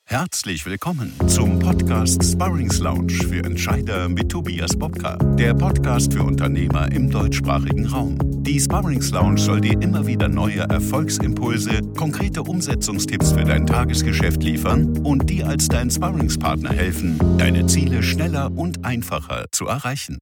Herzlich willkommen zum Podcast Sparrings Lounge für Entscheider mit Tobias Bobka, der Podcast für Unternehmer im deutschsprachigen Raum. Die Sparrings Lounge soll dir immer wieder neue Erfolgsimpulse, konkrete Umsetzungstipps für dein Tagesgeschäft liefern und dir als dein Sparringspartner helfen, deine Ziele schneller und einfacher zu erreichen.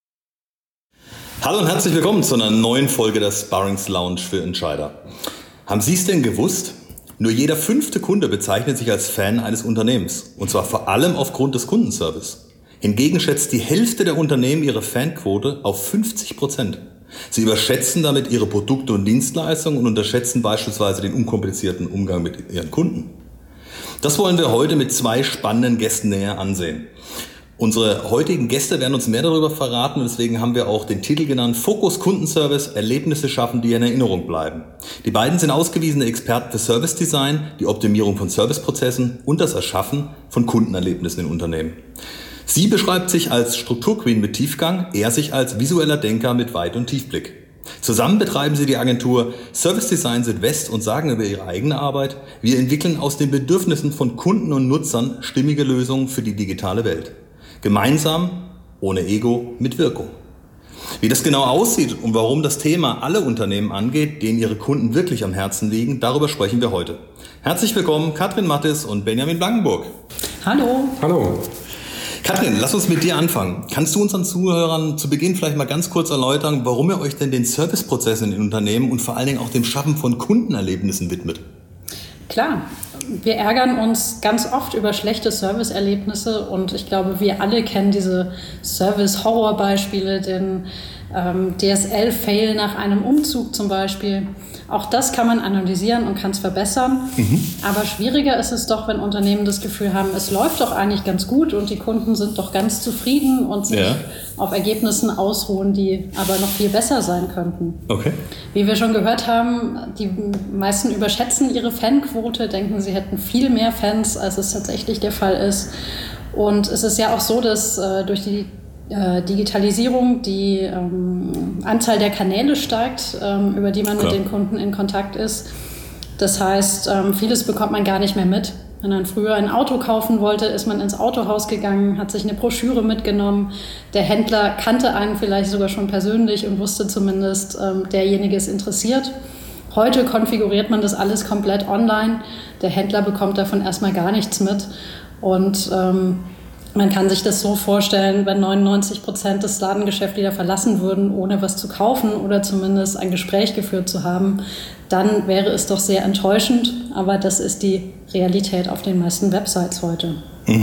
Hallo und herzlich willkommen zu einer neuen Folge der Sparrings Lounge für Entscheider. Haben Sie es denn gewusst? Nur jeder 5. Kunde bezeichnet sich als Fan eines Unternehmens. Und zwar vor allem aufgrund des Kundenservice. Hingegen schätzt die Hälfte der Unternehmen ihre Fanquote auf 50%. Sie überschätzen damit ihre Produkte und Dienstleistungen und unterschätzen beispielsweise den unkomplizierten Umgang mit ihren Kunden. Das wollen wir heute mit 2 spannenden Gästen näher ansehen. Unsere heutigen Gäste werden uns mehr darüber verraten und deswegen haben wir auch den Titel genannt: Fokus Kundenservice, Erlebnisse schaffen, die in Erinnerung bleiben. Die beiden sind ausgewiesene Experten für Service Design, die Optimierung von Serviceprozessen und das Erschaffen von Kundenerlebnissen in Unternehmen. Sie beschreibt sich als Strukturqueen mit Tiefgang, er sich als visueller Denker mit Weit- und Tiefblick. Zusammen betreiben sie die Agentur Service Design Südwest und sagen über ihre eigene Arbeit: Wir entwickeln aus den Bedürfnissen von Kunden und Nutzern stimmige Lösungen für die digitale Welt. Gemeinsam, ohne Ego, mit Wirkung. Wie das genau aussieht und warum das Thema alle Unternehmen angeht, denen ihre Kunden wirklich am Herzen liegen, darüber sprechen wir heute. Herzlich willkommen, Katrin Mattes und Benjamin Blankenburg. Hallo. Hallo. Katrin, lass uns mit dir anfangen. Kannst du unseren Zuhörern zu Beginn vielleicht mal ganz kurz erläutern, warum ihr euch denn den Serviceprozessen in Unternehmen und vor allen Dingen auch dem Schaffen von Kundenerlebnissen widmet? Klar, wir ärgern uns ganz oft über schlechte Serviceerlebnisse und ich glaube, wir alle kennen diese Service-Horror-Beispiele, den DSL-Fail nach einem Umzug zum Beispiel. Auch das kann man analysieren und kann es verbessern. Aber schwieriger ist es doch, wenn Unternehmen das Gefühl haben, es läuft doch eigentlich ganz gut und die Kunden sind doch ganz zufrieden und sich auf Ergebnissen ausruhen, die aber noch viel besser sein könnten. Okay. Wie wir schon gehört haben, die meisten überschätzen ihre Fanquote, denken, sie hätten viel mehr Fans, als es tatsächlich der Fall ist. Und es ist ja auch so, dass durch die Digitalisierung die Anzahl der Kanäle steigt, über die man mit den Kunden in Kontakt ist. Das heißt, vieles bekommt man gar nicht mehr mit. Wenn man früher ein Auto kaufen wollte, ist man ins Autohaus gegangen, hat sich eine Broschüre mitgenommen. Der Händler kannte einen vielleicht sogar schon persönlich und wusste zumindest, derjenige ist interessiert. Heute konfiguriert man das alles komplett online. Der Händler bekommt davon erstmal gar nichts mit. Und man kann sich das so vorstellen, wenn 99% des Ladengeschäfts wieder verlassen würden, ohne was zu kaufen oder zumindest ein Gespräch geführt zu haben, dann wäre es doch sehr enttäuschend. Aber das ist die Realität auf den meisten Websites heute.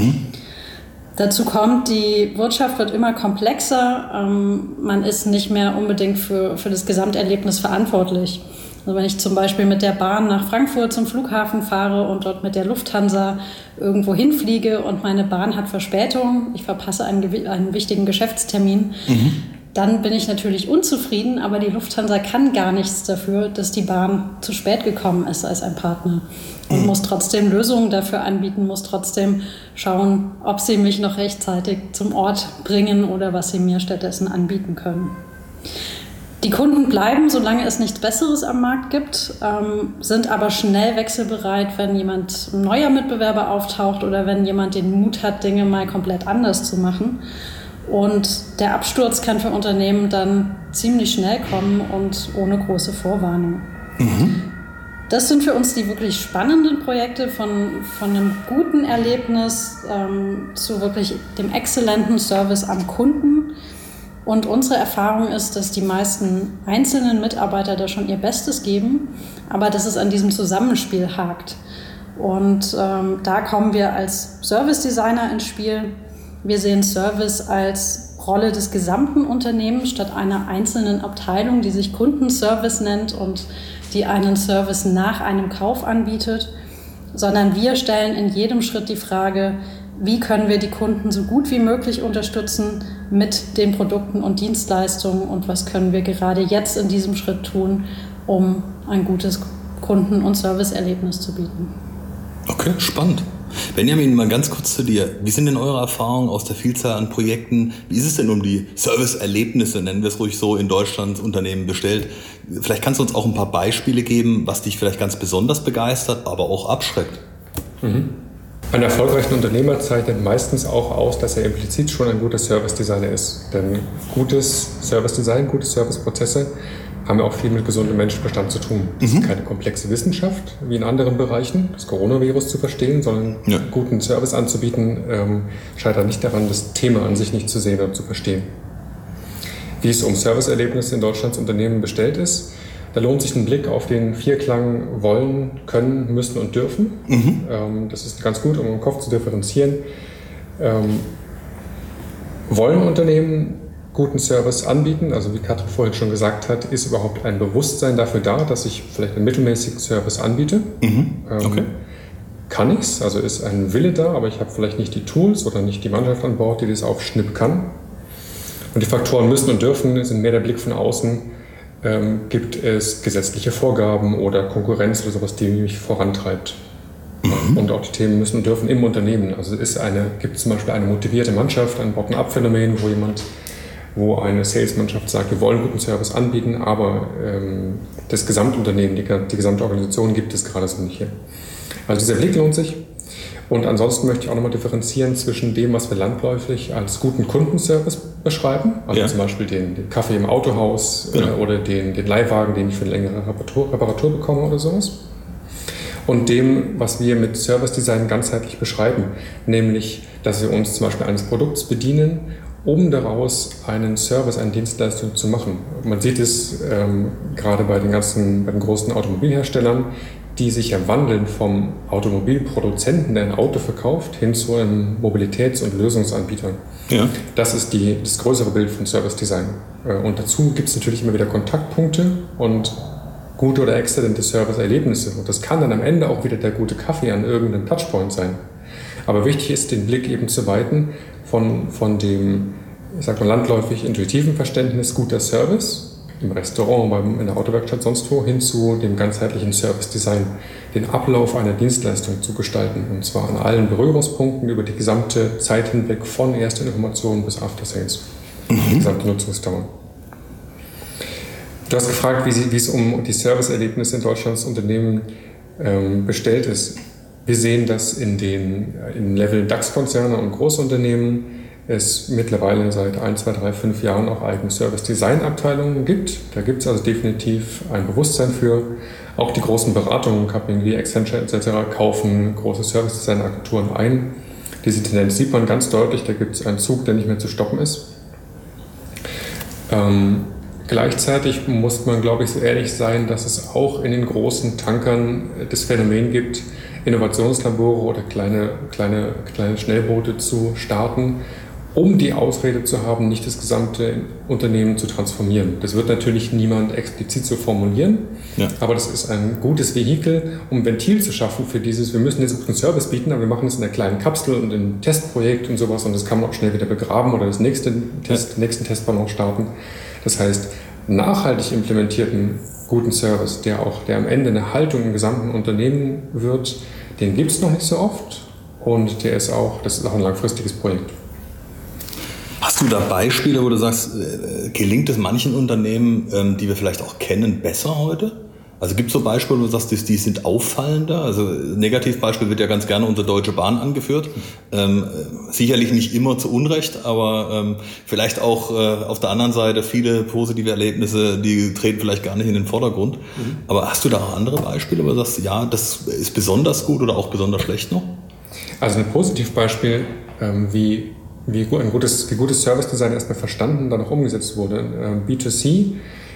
Dazu kommt, die Wirtschaft wird immer komplexer. Man ist nicht mehr unbedingt für das Gesamterlebnis verantwortlich. Also wenn ich zum Beispiel mit der Bahn nach Frankfurt zum Flughafen fahre und dort mit der Lufthansa irgendwo hinfliege und meine Bahn hat Verspätung, ich verpasse einen wichtigen Geschäftstermin, dann bin ich natürlich unzufrieden, aber die Lufthansa kann gar nichts dafür, dass die Bahn zu spät gekommen ist als ein Partner und muss trotzdem Lösungen dafür anbieten, muss trotzdem schauen, ob sie mich noch rechtzeitig zum Ort bringen oder was sie mir stattdessen anbieten können. Die Kunden bleiben, solange es nichts Besseres am Markt gibt, sind aber schnell wechselbereit, wenn jemand ein neuer Mitbewerber auftaucht oder wenn jemand den Mut hat, Dinge mal komplett anders zu machen. Und der Absturz kann für Unternehmen dann ziemlich schnell kommen und ohne große Vorwarnung. Das sind für uns die wirklich spannenden Projekte von einem guten Erlebnis zu wirklich dem exzellenten Service am Kunden. Und unsere Erfahrung ist, dass die meisten einzelnen Mitarbeiter da schon ihr Bestes geben, aber dass es an diesem Zusammenspiel hakt. Und da kommen wir als Service Designer ins Spiel. Wir sehen Service als Rolle des gesamten Unternehmens statt einer einzelnen Abteilung, die sich Kundenservice nennt und die einen Service nach einem Kauf anbietet, sondern wir stellen in jedem Schritt die Frage, wie können wir die Kunden so gut wie möglich unterstützen mit den Produkten und Dienstleistungen und was können wir gerade jetzt in diesem Schritt tun, um ein gutes Kunden- und Serviceerlebnis zu bieten. Okay, spannend. Benjamin, mal ganz kurz zu dir. Wie sind denn eure Erfahrungen aus der Vielzahl an Projekten? Wie ist es denn um die Serviceerlebnisse, nennen wir es ruhig so, in Deutschland Unternehmen bestellt? Vielleicht kannst du uns auch ein paar Beispiele geben, was dich vielleicht ganz besonders begeistert, aber auch abschreckt. Ein erfolgreicher Unternehmer zeichnet meistens auch aus, dass er implizit schon ein guter Service-Designer ist. Denn gutes Service-Design, gute Serviceprozesse haben ja auch viel mit gesundem Menschenverstand zu tun. Es ist keine komplexe Wissenschaft, wie in anderen Bereichen, das Coronavirus zu verstehen, sondern guten Service anzubieten, scheitert nicht daran, das Thema an sich nicht zu sehen oder zu verstehen. Wie es um Serviceerlebnisse in Deutschlands Unternehmen bestellt ist, da lohnt sich ein Blick auf den Vierklang wollen, können, müssen und dürfen. Das ist ganz gut, um im Kopf zu differenzieren. Wollen Unternehmen guten Service anbieten? Also wie Katrin vorhin schon gesagt hat, ist überhaupt ein Bewusstsein dafür da, dass ich vielleicht einen mittelmäßigen Service anbiete? Okay. Kann ich's? Also ist ein Wille da, aber ich habe vielleicht nicht die Tools oder nicht die Mannschaft an Bord, die das auf Schnipp kann. Und die Faktoren müssen und dürfen sind mehr der Blick von außen. Gibt es gesetzliche Vorgaben oder Konkurrenz oder sowas, die mich vorantreibt. Und auch die Themen müssen und dürfen im Unternehmen. Also gibt es zum Beispiel eine motivierte Mannschaft, ein Bottom-up-Phänomen, wo eine Sales-Mannschaft sagt, wir wollen guten Service anbieten, aber das Gesamtunternehmen, die gesamte Organisation gibt es gerade so nicht hier. Also dieser Blick lohnt sich. Und ansonsten möchte ich auch nochmal differenzieren zwischen dem, was wir landläufig als guten Kundenservice beschreiben, also zum Beispiel den Kaffee im Autohaus oder den Leihwagen, den ich für eine längere Reparatur bekomme oder sowas. Und dem, was wir mit Service Design ganzheitlich beschreiben, nämlich, dass wir uns zum Beispiel eines Produkts bedienen, um daraus einen Service, eine Dienstleistung zu machen. Man sieht es gerade bei den großen Automobilherstellern, die sich ja wandeln vom Automobilproduzenten, der ein Auto verkauft, hin zu einem Mobilitäts- und Lösungsanbieter. Ja. Das ist das größere Bild von Service Design. Und dazu gibt es natürlich immer wieder Kontaktpunkte und gute oder exzellente Service-Erlebnisse. Und das kann dann am Ende auch wieder der gute Kaffee an irgendeinem Touchpoint sein. Aber wichtig ist, den Blick eben zu weiten von dem, ich sag mal, landläufig intuitiven Verständnis guter Service im Restaurant, in der Autowerkstatt, sonst wo, hin zu dem ganzheitlichen Service-Design, den Ablauf einer Dienstleistung zu gestalten. Und zwar an allen Berührungspunkten über die gesamte Zeit hinweg, von erster Information bis After Sales. Die gesamte Nutzungsdauer. Du hast gefragt, wie es um die Serviceerlebnisse in Deutschlands Unternehmen bestellt ist. Wir sehen, dass in Level DAX-Konzerne und Großunternehmen es mittlerweile seit 1, 2, 3, 5 Jahren auch eigene Service-Design-Abteilungen gibt. Da gibt es also definitiv ein Bewusstsein für. Auch die großen Beratungen, KPMG, Accenture etc. kaufen große Service-Design-Agenturen ein. Diese Tendenz sieht man ganz deutlich, da gibt es einen Zug, der nicht mehr zu stoppen ist. Gleichzeitig muss man, glaube ich, so ehrlich sein, dass es auch in den großen Tankern das Phänomen gibt, Innovationslabore oder kleine Schnellboote zu starten, um die Ausrede zu haben, nicht das gesamte Unternehmen zu transformieren. Das wird natürlich niemand explizit so formulieren, aber das ist ein gutes Vehikel, um ein Ventil zu schaffen für dieses, wir müssen jetzt guten Service bieten, aber wir machen es in einer kleinen Kapsel und im Testprojekt und sowas und das kann man auch schnell wieder begraben oder den nächsten Testballon starten. Das heißt, nachhaltig implementierten guten Service, der am Ende eine Haltung im gesamten Unternehmen wird, den gibt es noch nicht so oft und das ist auch ein langfristiges Projekt. Hast du da Beispiele, wo du sagst, gelingt es manchen Unternehmen, die wir vielleicht auch kennen, besser heute? Also gibt es so Beispiele, wo du sagst, die sind auffallender? Also Negativbeispiel wird ja ganz gerne unsere Deutsche Bahn angeführt. Sicherlich nicht immer zu Unrecht, aber vielleicht auch auf der anderen Seite viele positive Erlebnisse, die treten vielleicht gar nicht in den Vordergrund. Aber hast du da auch andere Beispiele, wo du sagst, ja, das ist besonders gut oder auch besonders schlecht noch? Also ein Positivbeispiel, wie gutes Service-Design erstmal verstanden, dann auch umgesetzt wurde. B2C,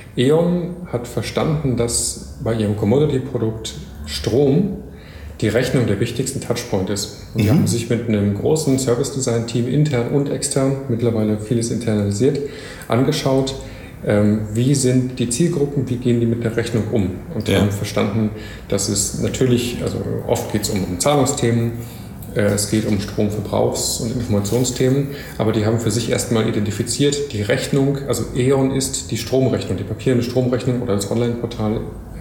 E.ON hat verstanden, dass bei ihrem Commodity-Produkt Strom die Rechnung der wichtigste Touchpoint ist. Und die haben sich mit einem großen Service-Design-Team intern und extern, mittlerweile vieles internalisiert, angeschaut, wie sind die Zielgruppen, wie gehen die mit der Rechnung um. Und haben verstanden, dass es natürlich, also oft geht es um Zahlungsthemen, es geht um Stromverbrauchs- und Informationsthemen, aber die haben für sich erstmal identifiziert, die Rechnung, also E.ON ist die Stromrechnung, die papierende Stromrechnung oder das Online-Portal,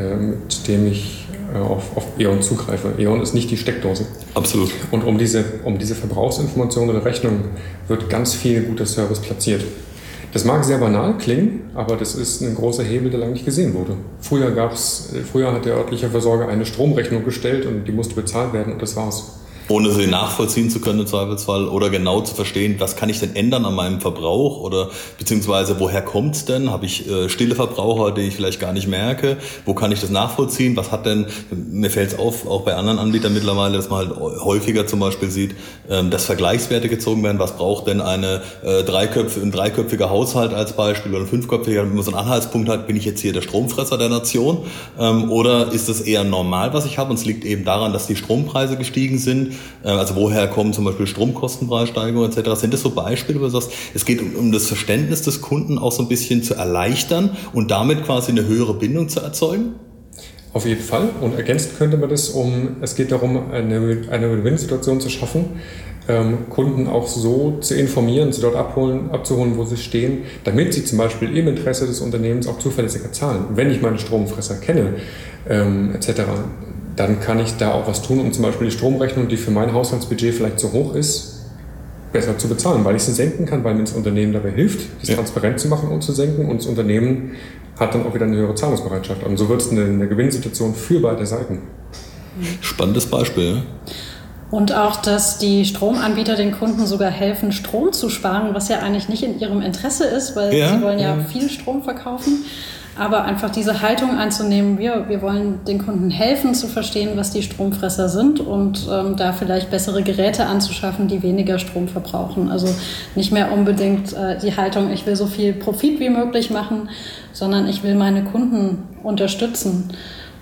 mit dem ich auf E.ON zugreife. E.ON ist nicht die Steckdose. Absolut. Und um diese Verbrauchsinformation oder Rechnung wird ganz viel guter Service platziert. Das mag sehr banal klingen, aber das ist ein großer Hebel, der lange nicht gesehen wurde. Früher hat der örtliche Versorger eine Stromrechnung gestellt und die musste bezahlt werden und das war's. Ohne sie nachvollziehen zu können im Zweifelsfall oder genau zu verstehen, was kann ich denn ändern an meinem Verbrauch oder beziehungsweise woher kommt es denn? Habe ich stille Verbraucher, die ich vielleicht gar nicht merke? Wo kann ich das nachvollziehen? Was hat denn, mir fällt es auf, auch bei anderen Anbietern mittlerweile, dass man halt häufiger zum Beispiel sieht, dass Vergleichswerte gezogen werden. Was braucht denn ein dreiköpfiger Haushalt als Beispiel oder ein fünfköpfiger, wenn man so einen Anhaltspunkt hat, bin ich jetzt hier der Stromfresser der Nation? Oder ist es eher normal, was ich habe? Und es liegt eben daran, dass die Strompreise gestiegen sind. Also woher kommen zum Beispiel Stromkostenpreissteigerungen etc.? Sind das so Beispiele, wo du sagst, es geht um das Verständnis des Kunden auch so ein bisschen zu erleichtern und damit quasi eine höhere Bindung zu erzeugen? Auf jeden Fall. Und ergänzt könnte man das es geht darum, eine Win-Win-Situation zu schaffen, Kunden auch so zu informieren, sie dort abzuholen, wo sie stehen, damit sie zum Beispiel im Interesse des Unternehmens auch zuverlässiger zahlen. Wenn ich meine Stromfresser kenne, etc., dann kann ich da auch was tun, um zum Beispiel die Stromrechnung, die für mein Haushaltsbudget vielleicht zu hoch ist, besser zu bezahlen, weil ich sie senken kann, weil mir das Unternehmen dabei hilft, das transparent zu machen und zu senken, und das Unternehmen hat dann auch wieder eine höhere Zahlungsbereitschaft. Und so wird es eine Gewinnsituation für beide Seiten. Spannendes Beispiel. Ja? Und auch, dass die Stromanbieter den Kunden sogar helfen, Strom zu sparen, was ja eigentlich nicht in ihrem Interesse ist, weil sie wollen ja viel Strom verkaufen. Aber einfach diese Haltung einzunehmen, wir wollen den Kunden helfen zu verstehen, was die Stromfresser sind und da vielleicht bessere Geräte anzuschaffen, die weniger Strom verbrauchen. Also nicht mehr unbedingt die Haltung, ich will so viel Profit wie möglich machen, sondern ich will meine Kunden unterstützen,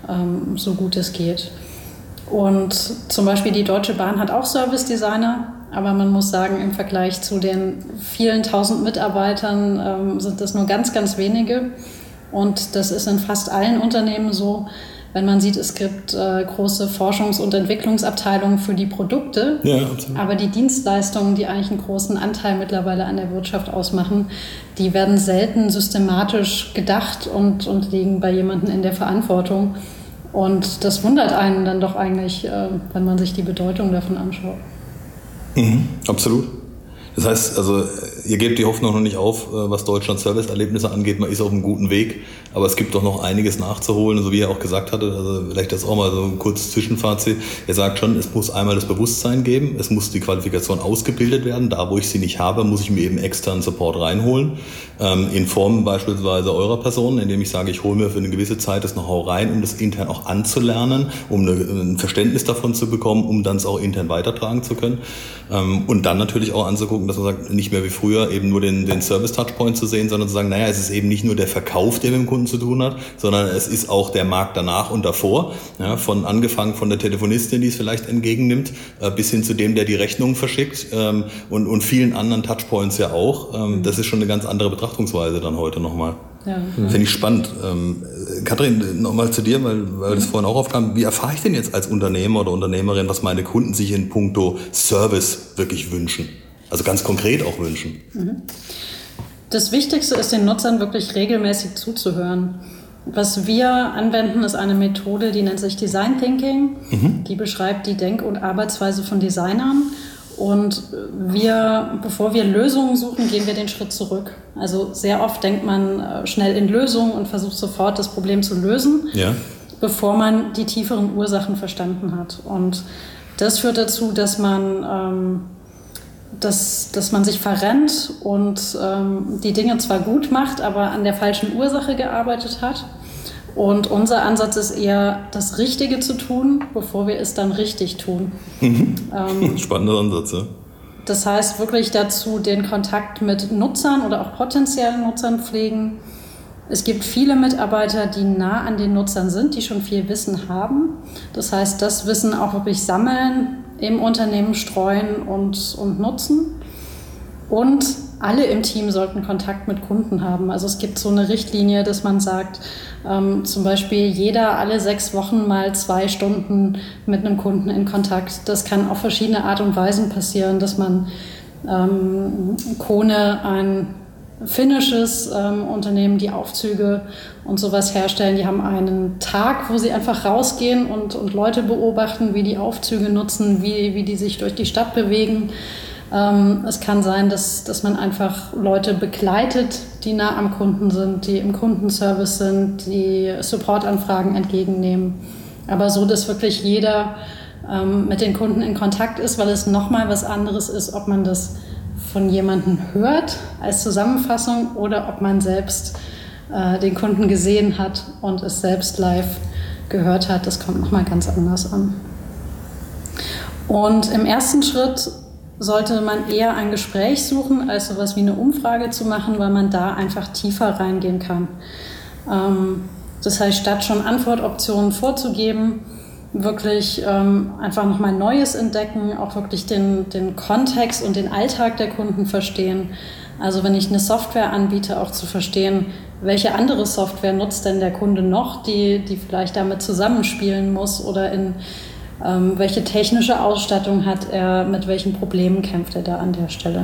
so gut es geht. Und zum Beispiel die Deutsche Bahn hat auch Service-Designer, aber man muss sagen, im Vergleich zu den vielen tausend Mitarbeitern sind das nur ganz, ganz wenige. Und das ist in fast allen Unternehmen so, wenn man sieht, es gibt große Forschungs- und Entwicklungsabteilungen für die Produkte, aber die Dienstleistungen, die eigentlich einen großen Anteil mittlerweile an der Wirtschaft ausmachen, die werden selten systematisch gedacht und liegen bei jemandem in der Verantwortung. Und das wundert einen dann doch eigentlich, wenn man sich die Bedeutung davon anschaut. Absolut. Das heißt, also ihr gebt die Hoffnung noch nicht auf, was Deutschlands Serviceerlebnisse angeht. Man ist auf einem guten Weg, aber es gibt doch noch einiges nachzuholen, so wie er auch gesagt hatte. Also vielleicht das auch mal so ein kurzes Zwischenfazit. Er sagt schon, es muss einmal das Bewusstsein geben, es muss die Qualifikation ausgebildet werden. Da, wo ich sie nicht habe, muss ich mir eben externen Support reinholen. In Form beispielsweise eurer Person, indem ich sage, ich hole mir für eine gewisse Zeit das Know-how rein, um das intern auch anzulernen, um ein Verständnis davon zu bekommen, um dann es auch intern weitertragen zu können. Und dann natürlich auch anzugucken, dass man sagt, nicht mehr wie früher eben nur den Service-Touchpoint zu sehen, sondern zu sagen, naja, es ist eben nicht nur der Verkauf, der mit dem Kunden zu tun hat, sondern es ist auch der Markt danach und davor. Ja, angefangen von der Telefonistin, die es vielleicht entgegennimmt, bis hin zu dem, der die Rechnungen verschickt und vielen anderen Touchpoints ja auch. Das ist schon eine ganz andere Betrachtungsweise dann heute nochmal. Ja. Finde ich spannend. Katrin, nochmal zu dir, weil das vorhin auch aufkam. Wie erfahre ich denn jetzt als Unternehmer oder Unternehmerin, was meine Kunden sich in puncto Service wirklich wünschen? Also ganz konkret auch wünschen. Das Wichtigste ist, den Nutzern wirklich regelmäßig zuzuhören. Was wir anwenden, ist eine Methode, die nennt sich Design Thinking. Die beschreibt die Denk- und Arbeitsweise von Designern. Und bevor wir Lösungen suchen, gehen wir den Schritt zurück. Also sehr oft denkt man schnell in Lösungen und versucht sofort das Problem zu lösen, bevor man die tieferen Ursachen verstanden hat. Und das führt dazu, dass man sich verrennt und die Dinge zwar gut macht, aber an der falschen Ursache gearbeitet hat. Und unser Ansatz ist eher, das Richtige zu tun, bevor wir es dann richtig tun. Spannender Ansatz, ja. Das heißt wirklich dazu, den Kontakt mit Nutzern oder auch potenziellen Nutzern pflegen. Es gibt viele Mitarbeiter, die nah an den Nutzern sind, die schon viel Wissen haben. Das heißt, das Wissen auch wirklich sammeln, im Unternehmen streuen und nutzen. Und alle im Team sollten Kontakt mit Kunden haben. Also es gibt so eine Richtlinie, dass man sagt, zum Beispiel jeder alle 6 Wochen mal 2 Stunden mit einem Kunden in Kontakt. Das kann auf verschiedene Art und Weisen passieren, dass man Kone, ein finnisches Unternehmen, die Aufzüge und sowas herstellen, die haben einen Tag, wo sie einfach rausgehen und Leute beobachten, wie die Aufzüge nutzen, wie die sich durch die Stadt bewegen. Es kann sein, dass man einfach Leute begleitet, die nah am Kunden sind, die im Kundenservice sind, die Supportanfragen entgegennehmen. Aber so, dass wirklich jeder mit den Kunden in Kontakt ist, weil es nochmal was anderes ist, ob man das von jemandem hört als Zusammenfassung oder ob man selbst den Kunden gesehen hat und es selbst live gehört hat. Das kommt nochmal ganz anders an. Und im ersten Schritt sollte man eher ein Gespräch suchen, als sowas wie eine Umfrage zu machen, weil man da einfach tiefer reingehen kann. Das heißt, statt schon Antwortoptionen vorzugeben, wirklich einfach nochmal Neues entdecken, auch wirklich den Kontext und den Alltag der Kunden verstehen. Also wenn ich eine Software anbiete, auch zu verstehen, welche andere Software nutzt denn der Kunde noch, die vielleicht damit zusammenspielen muss oder welche technische Ausstattung hat er, mit welchen Problemen kämpft er da an der Stelle.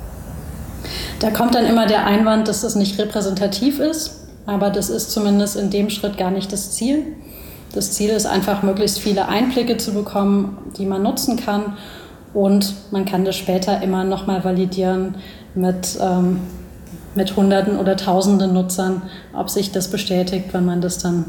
Da kommt dann immer der Einwand, dass das nicht repräsentativ ist, aber das ist zumindest in dem Schritt gar nicht das Ziel. Das Ziel ist einfach, möglichst viele Einblicke zu bekommen, die man nutzen kann, und man kann das später immer nochmal validieren mit Hunderten oder Tausenden Nutzern, ob sich das bestätigt, wenn man das dann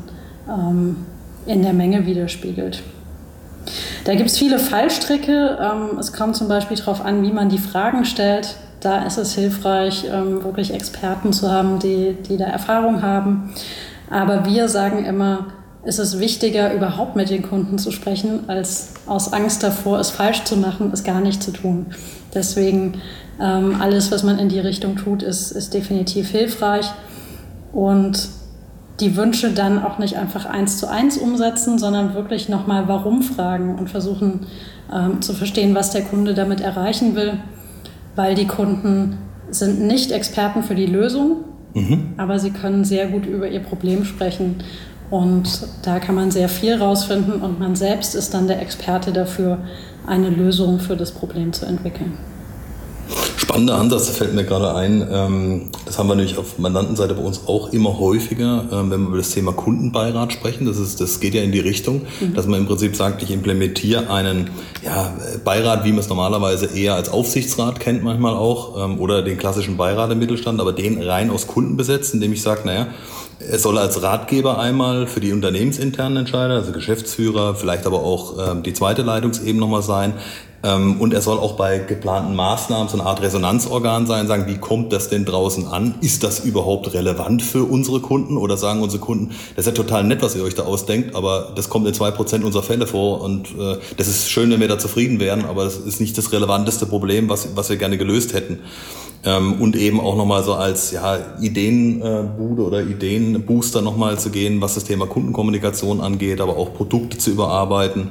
in der Menge widerspiegelt. Da gibt es viele Fallstricke. Es kommt zum Beispiel darauf an, wie man die Fragen stellt. Da ist es hilfreich, wirklich Experten zu haben, die da Erfahrung haben. Aber wir sagen immer, es ist wichtiger, überhaupt mit den Kunden zu sprechen, als aus Angst davor, es falsch zu machen, es gar nicht zu tun. Deswegen alles, was man in die Richtung tut, ist definitiv hilfreich. Und die Wünsche dann auch nicht einfach 1:1 umsetzen, sondern wirklich nochmal warum fragen und versuchen zu verstehen, was der Kunde damit erreichen will, weil die Kunden sind nicht Experten für die Lösung, aber sie können sehr gut über ihr Problem sprechen, und da kann man sehr viel rausfinden, und man selbst ist dann der Experte dafür, eine Lösung für das Problem zu entwickeln. Spannender Ansatz, fällt mir gerade ein. Das haben wir nämlich auf Mandantenseite bei uns auch immer häufiger, wenn wir über das Thema Kundenbeirat sprechen. Das geht ja in die Richtung, dass man im Prinzip sagt, ich implementiere einen Beirat, wie man es normalerweise eher als Aufsichtsrat kennt manchmal auch, oder den klassischen Beirat im Mittelstand, aber den rein aus Kunden besetzt, indem ich sage, er soll als Ratgeber einmal für die unternehmensinternen Entscheider, also Geschäftsführer, vielleicht aber auch die zweite Leitungsebene nochmal sein. Und er soll auch bei geplanten Maßnahmen so eine Art Resonanzorgan sein, sagen, wie kommt das denn draußen an? Ist das überhaupt relevant für unsere Kunden? Oder sagen unsere Kunden, das ist ja total nett, was ihr euch da ausdenkt, aber das kommt in 2% unserer Fälle vor, und das ist schön, wenn wir da zufrieden wären, aber das ist nicht das relevanteste Problem, was wir gerne gelöst hätten. Und eben auch nochmal so als Ideenbude oder Ideenbooster nochmal zu gehen, was das Thema Kundenkommunikation angeht, aber auch Produkte zu überarbeiten.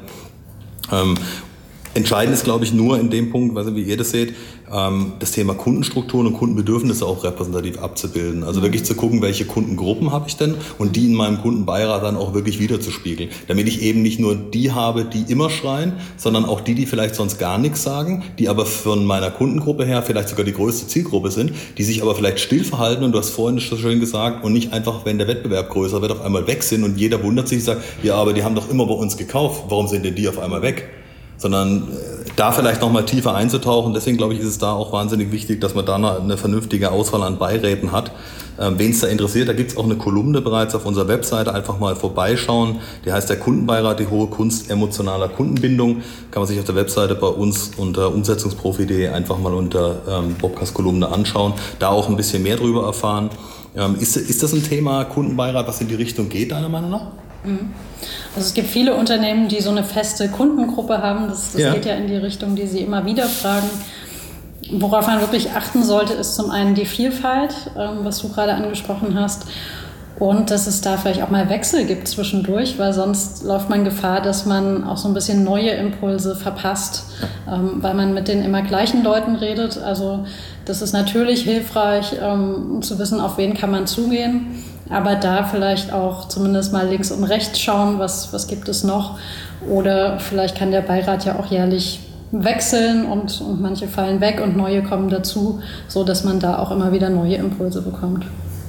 Entscheidend ist, glaube ich, nur in dem Punkt, wie ihr das seht, das Thema Kundenstrukturen und Kundenbedürfnisse auch repräsentativ abzubilden. Also wirklich zu gucken, welche Kundengruppen habe ich denn, und die in meinem Kundenbeirat dann auch wirklich wiederzuspiegeln. Damit ich eben nicht nur die habe, die immer schreien, sondern auch die vielleicht sonst gar nichts sagen, die aber von meiner Kundengruppe her vielleicht sogar die größte Zielgruppe sind, die sich aber vielleicht still verhalten, und du hast vorhin so schön gesagt, und nicht einfach, wenn der Wettbewerb größer wird, auf einmal weg sind und jeder wundert sich und sagt, ja, aber die haben doch immer bei uns gekauft, warum sind denn die auf einmal weg? Sondern da vielleicht nochmal tiefer einzutauchen. Deswegen glaube ich, ist es da auch wahnsinnig wichtig, dass man da eine vernünftige Auswahl an Beiräten hat. Wen es da interessiert, da gibt es auch eine Kolumne bereits auf unserer Webseite, einfach mal vorbeischauen. Die heißt der Kundenbeirat, die hohe Kunst emotionaler Kundenbindung. Kann man sich auf der Webseite bei uns unter umsetzungsprofi.de einfach mal unter Bobcast-Kolumne anschauen. Da auch ein bisschen mehr drüber erfahren. Ist das ein Thema Kundenbeirat, was in die Richtung geht, deiner Meinung nach? Also es gibt viele Unternehmen, die so eine feste Kundengruppe haben. Das geht ja in die Richtung, die Sie immer wieder fragen. Worauf man wirklich achten sollte, ist zum einen die Vielfalt, was du gerade angesprochen hast. Und dass es da vielleicht auch mal Wechsel gibt zwischendurch, weil sonst läuft man Gefahr, dass man auch so ein bisschen neue Impulse verpasst, weil man mit den immer gleichen Leuten redet. Also das ist natürlich hilfreich, zu wissen, auf wen kann man zugehen. Aber da vielleicht auch zumindest mal links und rechts schauen, was gibt es noch. Oder vielleicht kann der Beirat ja auch jährlich wechseln und manche fallen weg und neue kommen dazu, so dass man da auch immer wieder neue Impulse bekommt.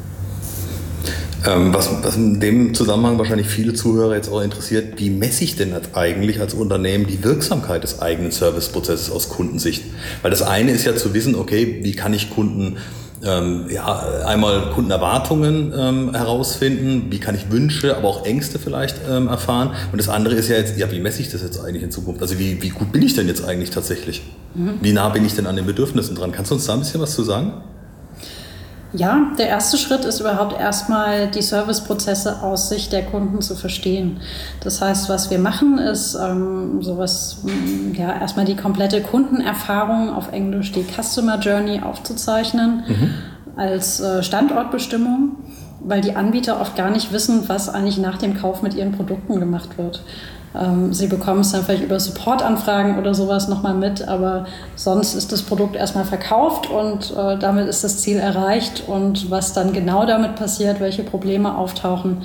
Was in dem Zusammenhang wahrscheinlich viele Zuhörer jetzt auch interessiert, wie messe ich denn eigentlich als Unternehmen die Wirksamkeit des eigenen Serviceprozesses aus Kundensicht? Weil das eine ist ja zu wissen, okay, wie kann ich Kunden einmal Kundenerwartungen herausfinden, wie kann ich Wünsche, aber auch Ängste vielleicht erfahren. Und das andere ist ja jetzt, wie messe ich das jetzt eigentlich in Zukunft? Also wie gut bin ich denn jetzt eigentlich tatsächlich? Wie nah bin ich denn an den Bedürfnissen dran? Kannst du uns da ein bisschen was zu sagen? Ja, der erste Schritt ist überhaupt erstmal die Serviceprozesse aus Sicht der Kunden zu verstehen. Das heißt, was wir machen, ist erstmal die komplette Kundenerfahrung, auf Englisch die Customer Journey, aufzuzeichnen als Standortbestimmung, weil die Anbieter oft gar nicht wissen, was eigentlich nach dem Kauf mit ihren Produkten gemacht wird. Sie bekommen es dann vielleicht über Supportanfragen oder sowas nochmal mit, aber sonst ist das Produkt erstmal verkauft und damit ist das Ziel erreicht. Und was dann genau damit passiert, welche Probleme auftauchen,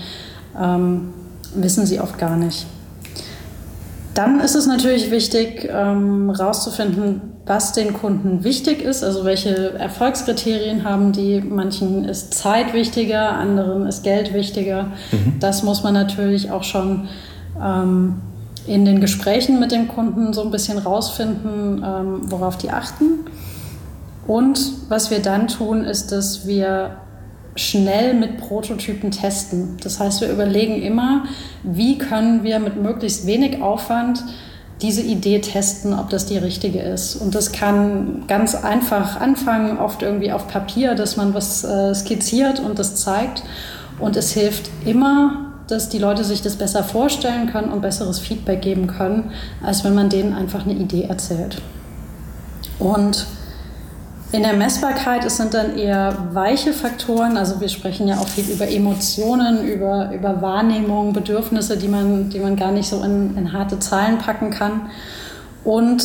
wissen sie oft gar nicht. Dann ist es natürlich wichtig, herauszufinden, was den Kunden wichtig ist, also welche Erfolgskriterien haben die. Manchen ist Zeit wichtiger, anderen ist Geld wichtiger. Das muss man natürlich auch schon in den Gesprächen mit dem Kunden so ein bisschen rausfinden, worauf die achten. Und was wir dann tun, ist, dass wir schnell mit Prototypen testen. Das heißt, wir überlegen immer, wie können wir mit möglichst wenig Aufwand diese Idee testen, ob das die richtige ist. Und das kann ganz einfach anfangen, oft irgendwie auf Papier, dass man was skizziert und das zeigt. Und es hilft immer, dass die Leute sich das besser vorstellen können und besseres Feedback geben können, als wenn man denen einfach eine Idee erzählt. Und in der Messbarkeit sind dann eher weiche Faktoren, also wir sprechen ja auch viel über Emotionen, über Wahrnehmung, Bedürfnisse, die man gar nicht so in harte Zahlen packen kann. Und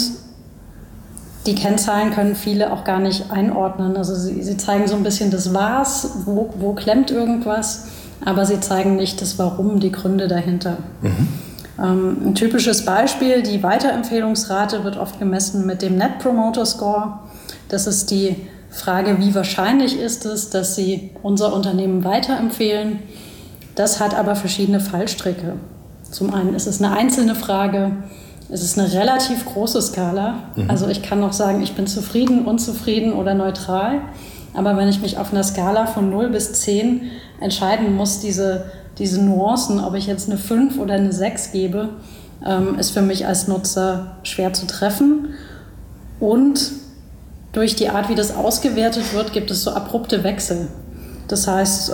die Kennzahlen können viele auch gar nicht einordnen. Also sie zeigen so ein bisschen das Was, wo klemmt irgendwas, aber sie zeigen nicht das Warum, die Gründe dahinter. Ein typisches Beispiel, die Weiterempfehlungsrate wird oft gemessen mit dem Net Promoter Score. Das ist die Frage, wie wahrscheinlich ist es, dass Sie unser Unternehmen weiterempfehlen. Das hat aber verschiedene Fallstricke. Zum einen ist es eine einzelne Frage, es ist eine relativ große Skala. Also ich kann noch sagen, ich bin zufrieden, unzufrieden oder neutral. Aber wenn ich mich auf einer Skala von 0 bis 10 entscheiden muss, diese Nuancen, ob ich jetzt eine 5 oder eine 6 gebe, ist für mich als Nutzer schwer zu treffen. Und durch die Art, wie das ausgewertet wird, gibt es so abrupte Wechsel. Das heißt,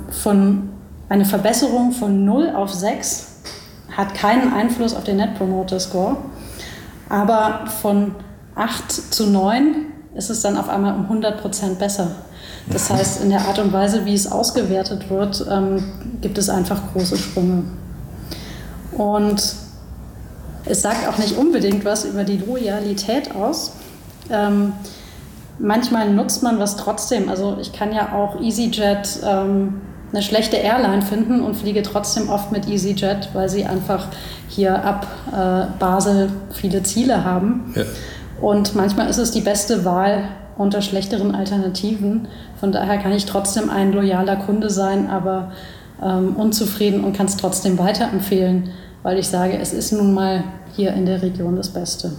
eine Verbesserung von 0 auf 6 hat keinen Einfluss auf den Net Promoter Score, aber von 8 zu 9 ist es dann auf einmal um 100% besser. Das heißt, in der Art und Weise, wie es ausgewertet wird, gibt es einfach große Sprünge. Und es sagt auch nicht unbedingt was über die Loyalität aus. Manchmal nutzt man was trotzdem. Also ich kann ja auch EasyJet eine schlechte Airline finden und fliege trotzdem oft mit EasyJet, weil sie einfach hier ab Basel viele Ziele haben. Ja. Und manchmal ist es die beste Wahl unter schlechteren Alternativen. Von daher kann ich trotzdem ein loyaler Kunde sein, aber unzufrieden und kann es trotzdem weiterempfehlen, weil ich sage, es ist nun mal hier in der Region das Beste.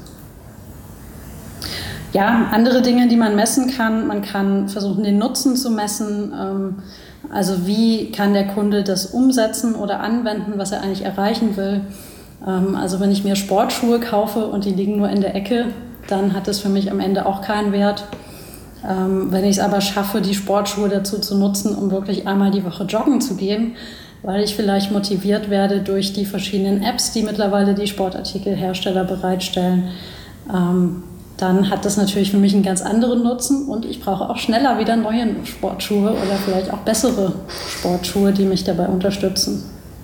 Ja, andere Dinge, die man messen kann. Man kann versuchen, den Nutzen zu messen. Also wie kann der Kunde das umsetzen oder anwenden, was er eigentlich erreichen will. Also wenn ich mir Sportschuhe kaufe und die liegen nur in der Ecke, dann hat das für mich am Ende auch keinen Wert. Wenn ich es aber schaffe, die Sportschuhe dazu zu nutzen, um wirklich einmal die Woche joggen zu gehen, weil ich vielleicht motiviert werde durch die verschiedenen Apps, die mittlerweile die Sportartikelhersteller bereitstellen, dann hat das natürlich für mich einen ganz anderen Nutzen und ich brauche auch schneller wieder neue Sportschuhe oder vielleicht auch bessere Sportschuhe, die mich dabei unterstützen.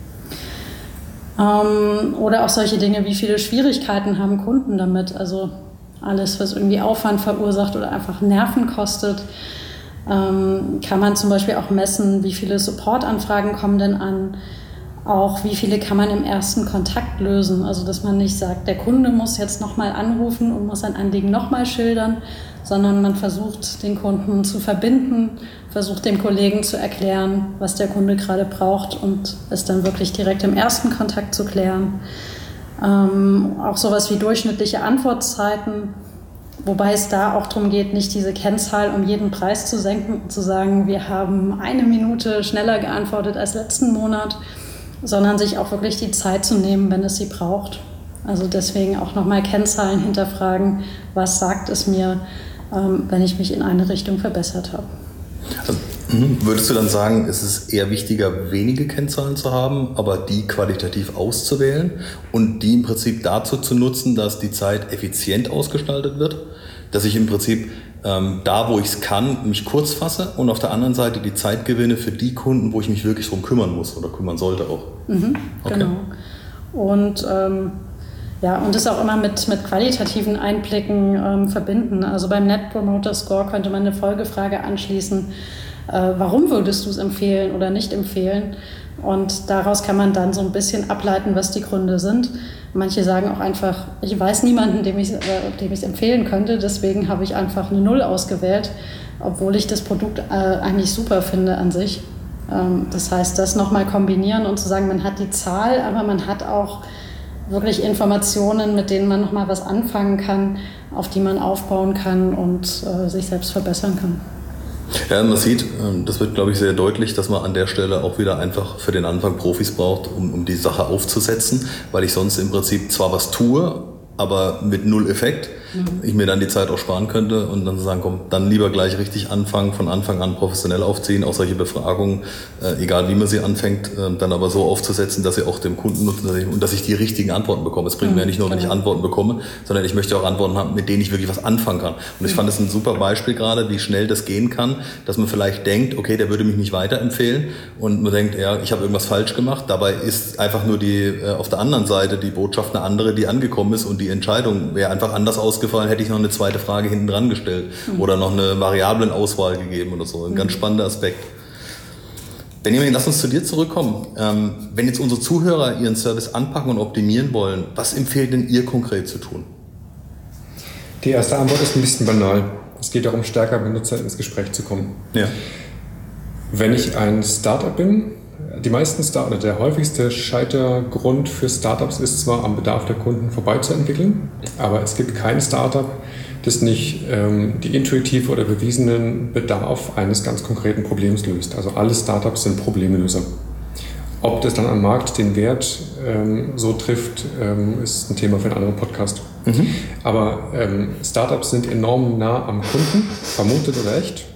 Oder auch solche Dinge, wie viele Schwierigkeiten haben Kunden damit, also alles, was irgendwie Aufwand verursacht oder einfach Nerven kostet. Kann man zum Beispiel auch messen, wie viele Supportanfragen kommen denn an, auch wie viele kann man im ersten Kontakt lösen. Also dass man nicht sagt, der Kunde muss jetzt nochmal anrufen und muss sein Anliegen nochmal schildern, sondern man versucht, den Kunden zu verbinden, versucht dem Kollegen zu erklären, was der Kunde gerade braucht und es dann wirklich direkt im ersten Kontakt zu klären. Auch sowas wie durchschnittliche Antwortzeiten. Wobei es da auch darum geht, nicht diese Kennzahl um jeden Preis zu senken und zu sagen, wir haben 1 Minute schneller geantwortet als letzten Monat, sondern sich auch wirklich die Zeit zu nehmen, wenn es sie braucht. Also deswegen auch nochmal Kennzahlen hinterfragen, was sagt es mir, wenn ich mich in eine Richtung verbessert habe. Also, würdest du dann sagen, es ist eher wichtiger, wenige Kennzahlen zu haben, aber die qualitativ auszuwählen und die im Prinzip dazu zu nutzen, dass die Zeit effizient ausgestaltet wird, dass ich im Prinzip da, wo ich es kann, mich kurz fasse und auf der anderen Seite die Zeit gewinne für die Kunden, wo ich mich wirklich drum kümmern muss oder kümmern sollte auch. Okay. Genau. Und und das auch immer mit qualitativen Einblicken verbinden. Also beim Net Promoter Score könnte man eine Folgefrage anschließen, warum würdest du es empfehlen oder nicht empfehlen? Und daraus kann man dann so ein bisschen ableiten, was die Gründe sind. Manche sagen auch einfach, ich weiß niemanden, dem ich es empfehlen könnte, deswegen habe ich einfach eine 0 ausgewählt, obwohl ich das Produkt eigentlich super finde an sich. Das heißt, das nochmal kombinieren und zu sagen, man hat die Zahl, aber man hat auch wirklich Informationen, mit denen man nochmal was anfangen kann, auf die man aufbauen kann und sich selbst verbessern kann. Ja, man sieht, das wird, glaube ich, sehr deutlich, dass man an der Stelle auch wieder einfach für den Anfang Profis braucht, um die Sache aufzusetzen, weil ich sonst im Prinzip zwar was tue, aber mit 0 Effekt. Ich mir dann die Zeit auch sparen könnte und dann sagen, komm, dann lieber gleich richtig anfangen, von Anfang an professionell aufziehen, auch solche Befragungen, egal wie man sie anfängt, dann aber so aufzusetzen, dass sie auch dem Kunden nutzen und dass ich die richtigen Antworten bekomme. Es bringt mir ja nicht nur, wenn ich Antworten bekomme, sondern ich möchte auch Antworten haben, mit denen ich wirklich was anfangen kann. Und ich fand das ein super Beispiel gerade, wie schnell das gehen kann, dass man vielleicht denkt, okay, der würde mich nicht weiterempfehlen und man denkt, ja, ich habe irgendwas falsch gemacht. Dabei ist einfach nur auf der anderen Seite die Botschaft eine andere, die angekommen ist und die Entscheidung wäre einfach anders ausgefallen, hätte ich noch eine zweite Frage hinten dran gestellt oder noch eine Variablenauswahl gegeben oder so. Ein ganz spannender Aspekt. Benjamin, lass uns zu dir zurückkommen. Wenn jetzt unsere Zuhörer ihren Service anpacken und optimieren wollen, was empfehlt denn ihr konkret zu tun? Die erste Antwort ist ein bisschen banal. Es geht darum, stärker mit Nutzern ins Gespräch zu kommen. Ja. Wenn ich ein Startup bin, der häufigste Scheitergrund für Startups ist zwar, am Bedarf der Kunden vorbeizuentwickeln, aber es gibt kein Startup, das nicht die intuitive oder bewiesenen Bedarf eines ganz konkreten Problems löst. Also alle Startups sind Problemlöser. Ob das dann am Markt den Wert so trifft, ist ein Thema für einen anderen Podcast. Aber Startups sind enorm nah am Kunden, vermutet oder echt.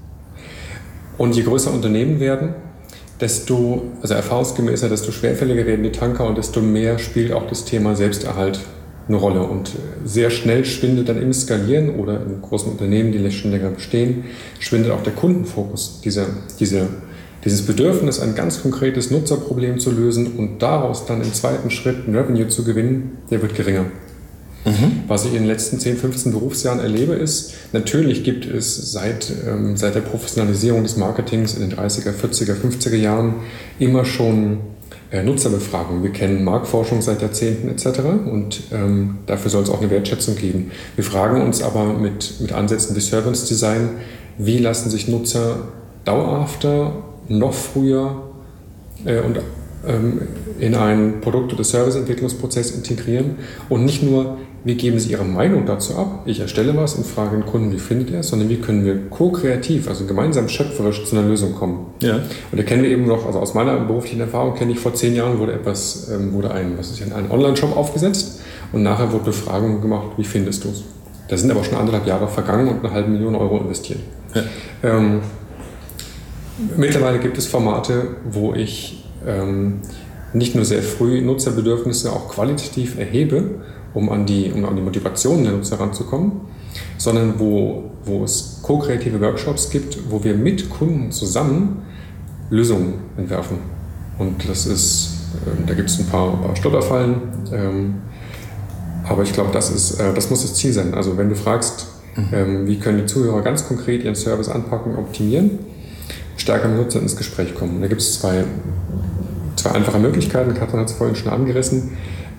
Und je größer Unternehmen werden, desto erfahrungsgemäßer, desto schwerfälliger werden die Tanker und desto mehr spielt auch das Thema Selbsterhalt eine Rolle. Und sehr schnell schwindet dann im Skalieren oder in großen Unternehmen, die schon länger bestehen, schwindet auch der Kundenfokus. Dieses Bedürfnis, ein ganz konkretes Nutzerproblem zu lösen und daraus dann im zweiten Schritt ein Revenue zu gewinnen, der wird geringer. Was ich in den letzten 10, 15 Berufsjahren erlebe, ist, natürlich gibt es seit der Professionalisierung des Marketings in den 30er, 40er, 50er Jahren immer schon Nutzerbefragungen. Wir kennen Marktforschung seit Jahrzehnten etc. Und dafür soll es auch eine Wertschätzung geben. Wir fragen uns aber mit Ansätzen wie Service Design, wie lassen sich Nutzer dauerhafter, noch früher und in einen Produkt- oder Serviceentwicklungsprozess integrieren und nicht nur, wie geben Sie Ihre Meinung dazu ab? Ich erstelle was und frage den Kunden, wie findet er es, sondern wie können wir ko-kreativ, also gemeinsam schöpferisch zu einer Lösung kommen. Ja. Und da kennen wir eben noch, also aus meiner beruflichen Erfahrung kenne ich, vor 10 Jahren wurde ein Online-Shop aufgesetzt und nachher wurde Befragung gemacht, wie findest du es? Da sind aber schon 1,5 Jahre vergangen und 500.000 Euro investiert. Ja. Mittlerweile gibt es Formate, wo ich nicht nur sehr früh Nutzerbedürfnisse auch qualitativ erhebe, um an die Motivation der Nutzer ranzukommen, sondern wo es ko-kreative Workshops gibt, wo wir mit Kunden zusammen Lösungen entwerfen. Und das ist, da gibt es ein paar Stolperfallen, aber ich glaube, das muss das Ziel sein. Also wenn du fragst, wie können die Zuhörer ganz konkret ihren Service anpacken, optimieren, stärker mit Nutzern ins Gespräch kommen. Und da gibt es zwei einfache Möglichkeiten. Katrin hat es vorhin schon angerissen.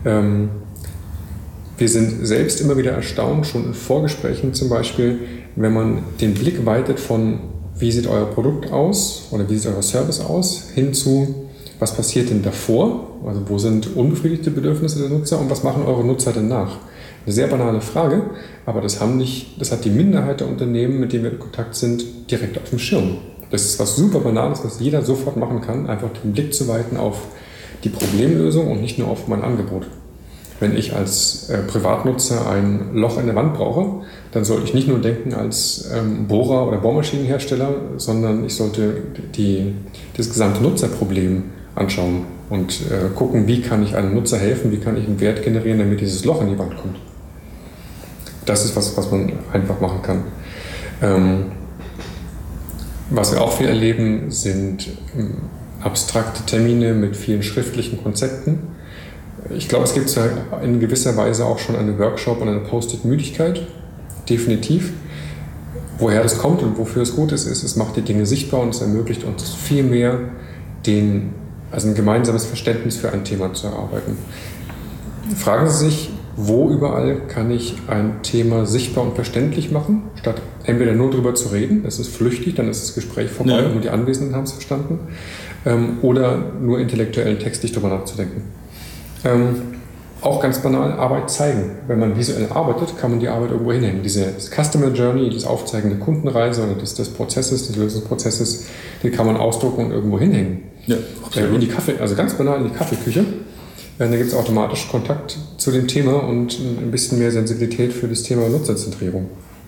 Wir sind selbst immer wieder erstaunt, schon in Vorgesprächen zum Beispiel, wenn man den Blick weitet von, wie sieht euer Produkt aus oder wie sieht euer Service aus, hin zu, was passiert denn davor? Also wo sind unbefriedigte Bedürfnisse der Nutzer und was machen eure Nutzer denn nach? Eine sehr banale Frage, aber das hat die Minderheit der Unternehmen, mit denen wir in Kontakt sind, direkt auf dem Schirm. Das ist was super Banales, was jeder sofort machen kann, einfach den Blick zu weiten auf die Problemlösung und nicht nur auf mein Angebot. Wenn ich als Privatnutzer ein Loch in der Wand brauche, dann sollte ich nicht nur denken als Bohrer oder Bohrmaschinenhersteller, sondern ich sollte das gesamte Nutzerproblem anschauen und gucken, wie kann ich einem Nutzer helfen, wie kann ich einen Wert generieren, damit dieses Loch in die Wand kommt. Das ist was man einfach machen kann. Was wir auch viel erleben, sind abstrakte Termine mit vielen schriftlichen Konzepten. Ich glaube, es gibt in gewisser Weise auch schon einen Workshop und eine Post-it-Müdigkeit, definitiv. Woher das kommt und wofür es gut ist, es macht die Dinge sichtbar und es ermöglicht uns viel mehr, ein gemeinsames Verständnis für ein Thema zu erarbeiten. Fragen Sie sich, wo überall kann ich ein Thema sichtbar und verständlich machen, statt entweder nur darüber zu reden, das ist flüchtig, dann ist das Gespräch vorbei und die Anwesenden haben es verstanden, oder nur intellektuell textlich darüber nachzudenken. Auch ganz banal, Arbeit zeigen. Wenn man visuell arbeitet, kann man die Arbeit irgendwo hinhängen. Diese Customer Journey, das Aufzeigen der Kundenreise oder des Prozesses, des Lösungsprozesses, die kann man ausdrucken und irgendwo hinhängen. Ja, in die also ganz banal in die Kaffeeküche. Da gibt es automatisch Kontakt zu dem Thema und ein bisschen mehr Sensibilität für das Thema Nutzerzentrierung.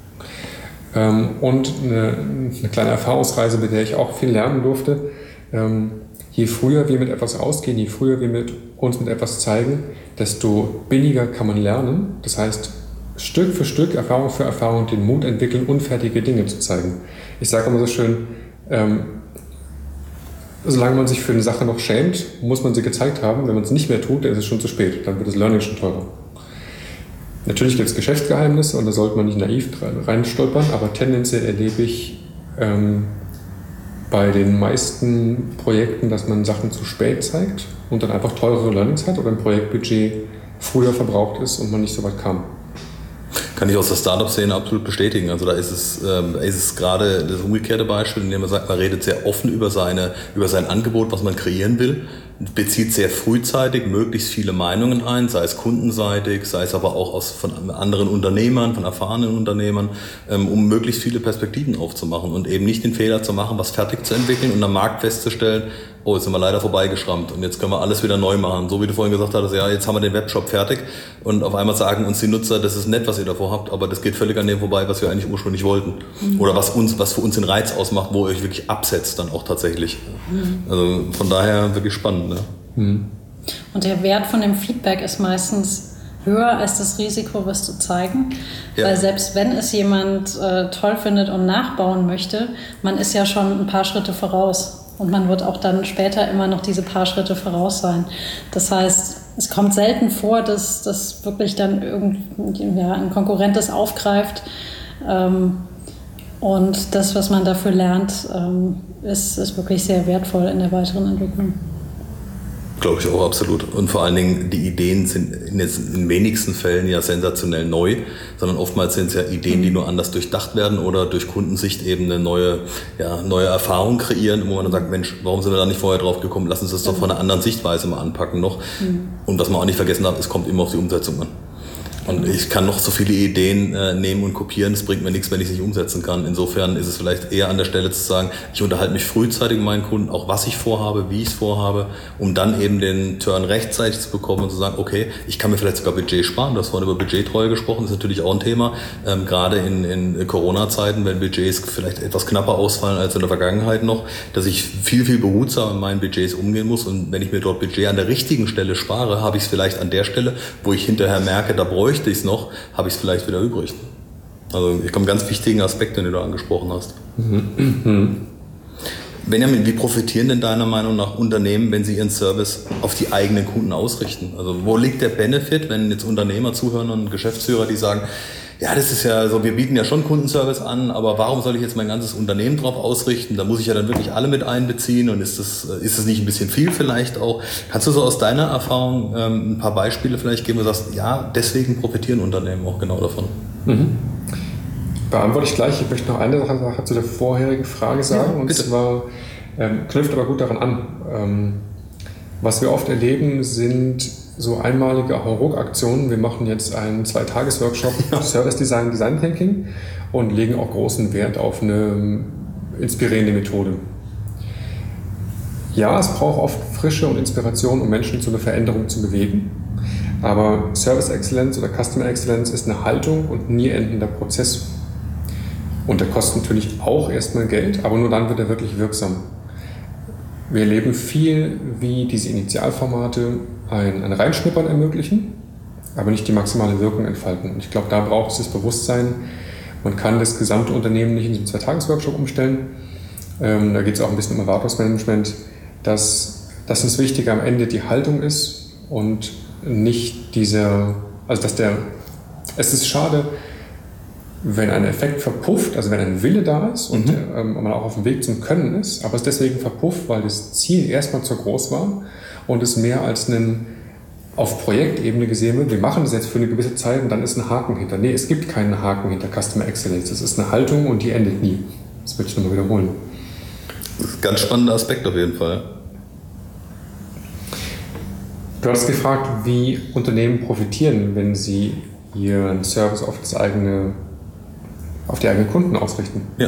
Und eine kleine Erfahrungsreise, bei der ich auch viel lernen durfte. Je früher wir mit etwas rausgehen, je früher wir uns mit etwas zeigen, desto billiger kann man lernen. Das heißt, Stück für Stück, Erfahrung für Erfahrung, den Mut entwickeln, unfertige Dinge zu zeigen. Ich sage immer so schön, solange man sich für eine Sache noch schämt, muss man sie gezeigt haben. Wenn man es nicht mehr tut, dann ist es schon zu spät. Dann wird das Learning schon teurer. Natürlich gibt es Geschäftsgeheimnisse und da sollte man nicht naiv reinstolpern, aber tendenziell erlebe ich bei den meisten Projekten, dass man Sachen zu spät zeigt und dann einfach teurere Learnings hat oder ein Projektbudget früher verbraucht ist und man nicht so weit kam. Kann ich aus der Startup-Szene absolut bestätigen. Also da ist es gerade das umgekehrte Beispiel, in dem man sagt, man redet sehr offen über sein Angebot, was man kreieren will, bezieht sehr frühzeitig möglichst viele Meinungen ein, sei es kundenseitig, sei es aber auch von anderen Unternehmern, von erfahrenen Unternehmern, um möglichst viele Perspektiven aufzumachen und eben nicht den Fehler zu machen, was fertig zu entwickeln und am Markt festzustellen, oh, jetzt sind wir leider vorbeigeschrammt und jetzt können wir alles wieder neu machen. So wie du vorhin gesagt hattest, ja, jetzt haben wir den Webshop fertig und auf einmal sagen uns die Nutzer, das ist nett, was ihr davor habt, aber das geht völlig an dem vorbei, was wir eigentlich ursprünglich wollten. Oder was für uns den Reiz ausmacht, wo ihr euch wirklich absetzt dann auch tatsächlich. Also von daher wirklich spannend. Ne? Und der Wert von dem Feedback ist meistens höher als das Risiko, was zu zeigen. Ja. Weil selbst wenn es jemand toll findet und nachbauen möchte, man ist ja schon ein paar Schritte voraus. Und man wird auch dann später immer noch diese paar Schritte voraus sein. Das heißt, es kommt selten vor, dass das wirklich dann ein Konkurrent das aufgreift. Und das, was man dafür lernt, ist wirklich sehr wertvoll in der weiteren Entwicklung. Glaube ich auch absolut. Und vor allen Dingen, die Ideen sind in den wenigsten Fällen ja sensationell neu, sondern oftmals sind es ja Ideen, die nur anders durchdacht werden oder durch Kundensicht eben eine neue Erfahrung kreieren, wo man dann sagt, Mensch, warum sind wir da nicht vorher drauf gekommen? Lass uns das doch von einer anderen Sichtweise mal anpacken noch. Und was man auch nicht vergessen darf, es kommt immer auf die Umsetzung an. Und ich kann noch so viele Ideen nehmen und kopieren, es bringt mir nichts, wenn ich es nicht umsetzen kann. Insofern ist es vielleicht eher an der Stelle zu sagen, ich unterhalte mich frühzeitig mit meinen Kunden, auch was ich vorhabe, wie ich es vorhabe, um dann eben den Turn rechtzeitig zu bekommen und zu sagen, okay, ich kann mir vielleicht sogar Budget sparen. Du hast vorhin über Budgettreue gesprochen, das ist natürlich auch ein Thema, gerade in Corona-Zeiten, wenn Budgets vielleicht etwas knapper ausfallen als in der Vergangenheit noch, dass ich viel, viel behutsamer mit meinen Budgets umgehen muss und wenn ich mir dort Budget an der richtigen Stelle spare, habe ich es vielleicht an der Stelle, wo ich hinterher merke, da bräuchte ich es noch, habe ich es vielleicht wieder übrig. Also ich komme ganz wichtigen Aspekte, die du angesprochen hast. Benjamin, wie profitieren denn deiner Meinung nach Unternehmen, wenn sie ihren Service auf die eigenen Kunden ausrichten? Also wo liegt der Benefit, wenn jetzt Unternehmer zuhören und Geschäftsführer, die sagen, ja, das ist ja so, wir bieten ja schon Kundenservice an, aber warum soll ich jetzt mein ganzes Unternehmen drauf ausrichten? Da muss ich ja dann wirklich alle mit einbeziehen und ist das nicht ein bisschen viel vielleicht auch? Kannst du so aus deiner Erfahrung ein paar Beispiele vielleicht geben, wo du sagst, ja, deswegen profitieren Unternehmen auch genau davon? Beantworte ich gleich. Ich möchte noch eine Sache zu der vorherigen Frage sagen, ja, und zwar knüpft aber gut daran an. Was wir oft erleben, sind so einmalige Hauruck-Aktionen. Wir machen jetzt einen 2-Tages-Workshop Service Design, Design Thinking und legen auch großen Wert auf eine inspirierende Methode. Ja, es braucht oft Frische und Inspiration, um Menschen zu einer Veränderung zu bewegen. Aber Service Excellence oder Customer Excellence ist eine Haltung und nie endender Prozess. Und der kostet natürlich auch erstmal Geld, aber nur dann wird er wirklich wirksam. Wir erleben viel, wie diese Initialformate ein Reinschnuppern ermöglichen, aber nicht die maximale Wirkung entfalten. Und ich glaube, da braucht es das Bewusstsein. Man kann das gesamte Unternehmen nicht in so einen 2-Tages-Workshop umstellen. Da geht es auch ein bisschen um Erwartungsmanagement, dass uns wichtiger am Ende die Haltung ist und nicht es ist schade, wenn ein Effekt verpufft, also wenn ein Wille da ist und man auch auf dem Weg zum Können ist, aber es deswegen verpufft, weil das Ziel erstmal zu groß war und es mehr als auf Projektebene gesehen wird, wir machen das jetzt für eine gewisse Zeit und dann ist ein Haken hinter. Nee, es gibt keinen Haken hinter Customer Excellence. Es ist eine Haltung und die endet nie. Das will ich nochmal wiederholen. Das ist ein ganz spannender Aspekt auf jeden Fall. Du hast gefragt, wie Unternehmen profitieren, wenn sie ihren Service auf die eigenen Kunden ausrichten. Ja.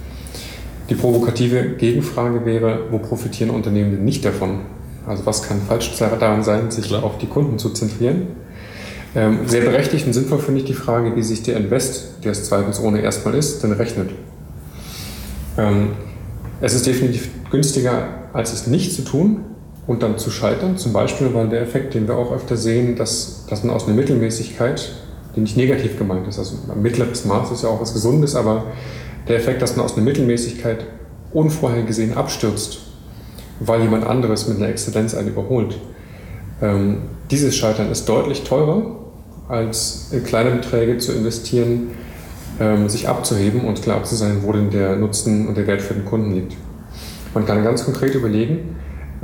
Die provokative Gegenfrage wäre, wo profitieren Unternehmen denn nicht davon? Also was kann falsch daran sein, sich auf die Kunden zu zentrieren? Sehr berechtigt und sinnvoll finde ich die Frage, wie sich der Invest, der es zweifelsohne erstmal ist, denn rechnet. Es ist definitiv günstiger, als es nicht zu tun und dann zu scheitern. Zum Beispiel, weil der Effekt, den wir auch öfter sehen, dass man aus einer Mittelmäßigkeit, die nicht negativ gemeint ist, also ein mittleres Maß ist ja auch was Gesundes, aber der Effekt, dass man aus einer Mittelmäßigkeit unvorhergesehen abstürzt, weil jemand anderes mit einer Exzellenz einen überholt. Dieses Scheitern ist deutlich teurer, als in kleine Beträge zu investieren, sich abzuheben und klar zu sein, wo denn der Nutzen und der Wert für den Kunden liegt. Man kann ganz konkret überlegen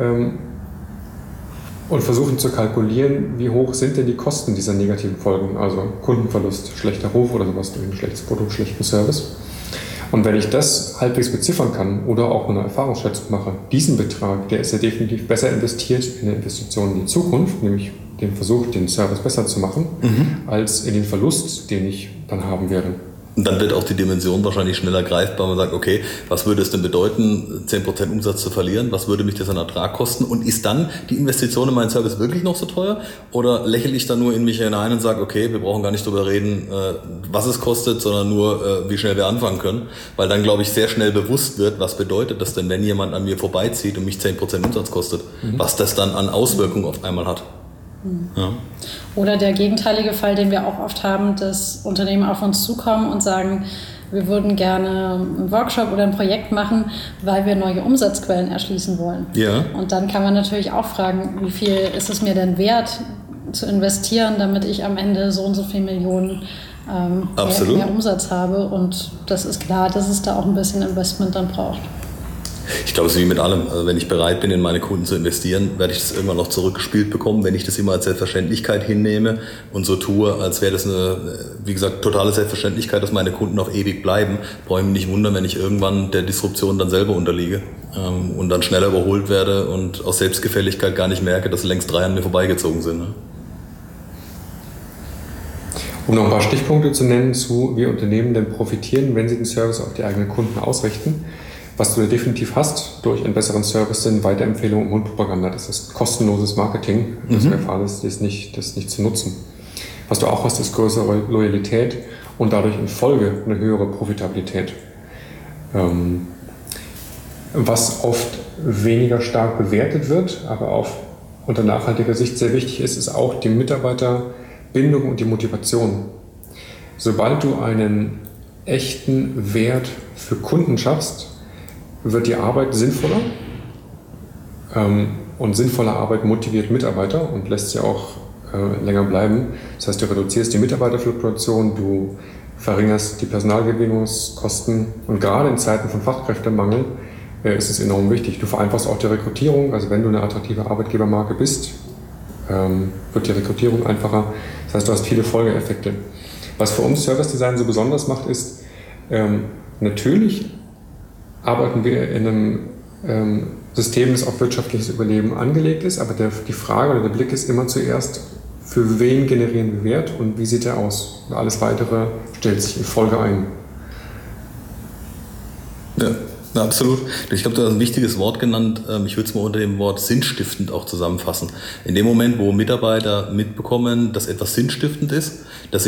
und versuchen zu kalkulieren, wie hoch sind denn die Kosten dieser negativen Folgen, also Kundenverlust, schlechter Ruf oder sowas durch ein schlechtes Produkt, schlechten Service. Und wenn ich das halbwegs beziffern kann oder auch eine Erfahrungsschätzung mache, diesen Betrag, der ist ja definitiv besser investiert in eine Investition in die Zukunft, nämlich den Versuch, den Service besser zu machen, als in den Verlust, den ich dann haben werde. Und dann wird auch die Dimension wahrscheinlich schneller greifbar. Man sagt, okay, was würde es denn bedeuten, 10% Umsatz zu verlieren? Was würde mich das an Ertrag kosten? Und ist dann die Investition in meinen Service wirklich noch so teuer? Oder lächle ich dann nur in mich hinein und sage, okay, wir brauchen gar nicht drüber reden, was es kostet, sondern nur, wie schnell wir anfangen können? Weil dann, glaube ich, sehr schnell bewusst wird, was bedeutet das denn, wenn jemand an mir vorbeizieht und mich 10% Umsatz kostet? Was das dann an Auswirkungen auf einmal hat. Ja. Oder der gegenteilige Fall, den wir auch oft haben, dass Unternehmen auf uns zukommen und sagen, wir würden gerne einen Workshop oder ein Projekt machen, weil wir neue Umsatzquellen erschließen wollen. Ja. Und dann kann man natürlich auch fragen, wie viel ist es mir denn wert zu investieren, damit ich am Ende so und so viel Millionen mehr Umsatz habe. Und das ist klar, dass es da auch ein bisschen Investment dann braucht. Ich glaube, es ist wie mit allem. Also wenn ich bereit bin, in meine Kunden zu investieren, werde ich das irgendwann noch zurückgespielt bekommen. Wenn ich das immer als Selbstverständlichkeit hinnehme und so tue, als wäre das eine, wie gesagt, totale Selbstverständlichkeit, dass meine Kunden auch ewig bleiben, brauche ich mich nicht wundern, wenn ich irgendwann der Disruption dann selber unterliege und dann schneller überholt werde und aus Selbstgefälligkeit gar nicht merke, dass längst 3 an mir vorbeigezogen sind. Ne? Um noch ein paar Stichpunkte zu nennen wie Unternehmen denn profitieren, wenn sie den Service auf die eigenen Kunden ausrichten. Was du definitiv hast durch einen besseren Service sind Weiterempfehlungen und Mundpropaganda. Das ist kostenloses Marketing, das der Fall ist, das nicht zu nutzen. Was du auch hast, ist größere Loyalität und dadurch in Folge eine höhere Profitabilität. Was oft weniger stark bewertet wird, aber unter nachhaltiger Sicht sehr wichtig ist auch die Mitarbeiterbindung und die Motivation. Sobald du einen echten Wert für Kunden schaffst, wird die Arbeit sinnvoller und sinnvolle Arbeit motiviert Mitarbeiter und lässt sie auch länger bleiben. Das heißt, du reduzierst die Mitarbeiterfluktuation, du verringerst die Personalgewinnungskosten und gerade in Zeiten von Fachkräftemangel ist es enorm wichtig. Du vereinfachst auch die Rekrutierung, also wenn du eine attraktive Arbeitgebermarke bist, wird die Rekrutierung einfacher. Das heißt, du hast viele Folgeeffekte. Was für uns Service Design so besonders macht, ist natürlich arbeiten wir in einem System, das auf wirtschaftliches Überleben angelegt ist, aber die Frage oder der Blick ist immer zuerst, für wen generieren wir Wert und wie sieht er aus? Und alles Weitere stellt sich in Folge ein. Ja, absolut. Ich glaube, du hast ein wichtiges Wort genannt. Ich würde es mal unter dem Wort sinnstiftend auch zusammenfassen. In dem Moment, wo Mitarbeiter mitbekommen, dass etwas sinnstiftend ist, dass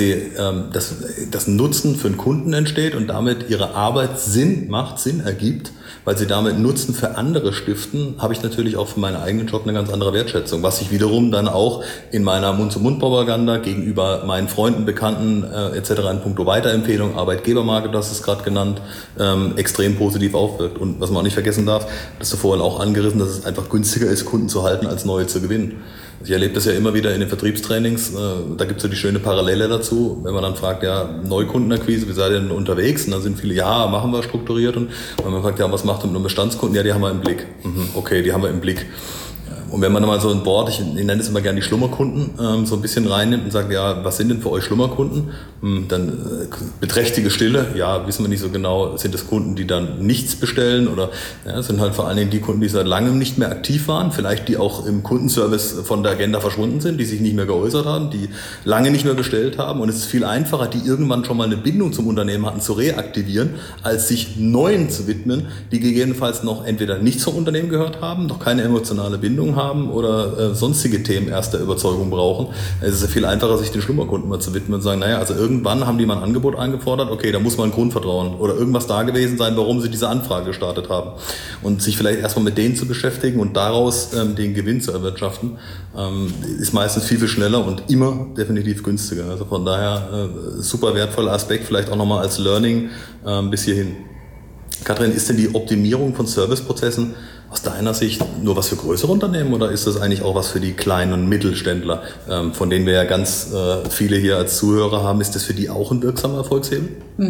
das Nutzen für den Kunden entsteht und damit ihre Arbeit Sinn ergibt, weil sie damit Nutzen für andere stiften, habe ich natürlich auch für meinen eigenen Job eine ganz andere Wertschätzung, was ich wiederum dann auch in meiner Mund-zu-Mund-Propaganda gegenüber meinen Freunden, Bekannten etc. in puncto Weiterempfehlung, Arbeitgebermarke, das ist gerade genannt, extrem positiv aufwirkt. Und was man auch nicht vergessen darf, das hast du vorhin auch angerissen, dass es einfach günstiger ist, Kunden zu halten, als neue zu gewinnen. Ich erlebe das ja immer wieder in den Vertriebstrainings, da gibt es so die schöne Parallele dazu, wenn man dann fragt, ja, Neukundenakquise, wie seid ihr denn unterwegs? Und dann sind viele, ja, machen wir strukturiert. Und wenn man fragt, ja, was macht ihr mit einem Bestandskunden? Ja, die haben wir im Blick. Okay, die haben wir im Blick. Und wenn man dann mal so ein Board, ich nenne es immer gerne die Schlummerkunden, so ein bisschen reinnimmt und sagt, ja, was sind denn für euch Schlummerkunden? Dann beträchtliche Stille, ja, wissen wir nicht so genau, sind es Kunden, die dann nichts bestellen oder ja, sind halt vor allen Dingen die Kunden, die seit langem nicht mehr aktiv waren, vielleicht die auch im Kundenservice von der Agenda verschwunden sind, die sich nicht mehr geäußert haben, die lange nicht mehr bestellt haben und es ist viel einfacher, die irgendwann schon mal eine Bindung zum Unternehmen hatten, zu reaktivieren, als sich neuen zu widmen, die gegebenenfalls noch entweder nicht zum Unternehmen gehört haben, noch keine emotionale Bindung haben oder sonstige Themen erster Überzeugung brauchen. Es ist ja viel einfacher, sich den Schlummerkunden mal zu widmen und sagen, naja, also irgendwann haben die mal ein Angebot eingefordert, okay, da muss mal ein Grundvertrauen oder irgendwas da gewesen sein, warum sie diese Anfrage gestartet haben. Und sich vielleicht erstmal mit denen zu beschäftigen und daraus den Gewinn zu erwirtschaften, ist meistens viel, viel schneller und immer definitiv günstiger. Also von daher super wertvoller Aspekt, vielleicht auch nochmal als Learning bis hierhin. Katrin, ist denn die Optimierung von Serviceprozessen aus deiner Sicht nur was für größere Unternehmen oder ist das eigentlich auch was für die kleinen und Mittelständler, von denen wir ja ganz viele hier als Zuhörer haben? Ist das für die auch ein wirksamer Erfolgshebel?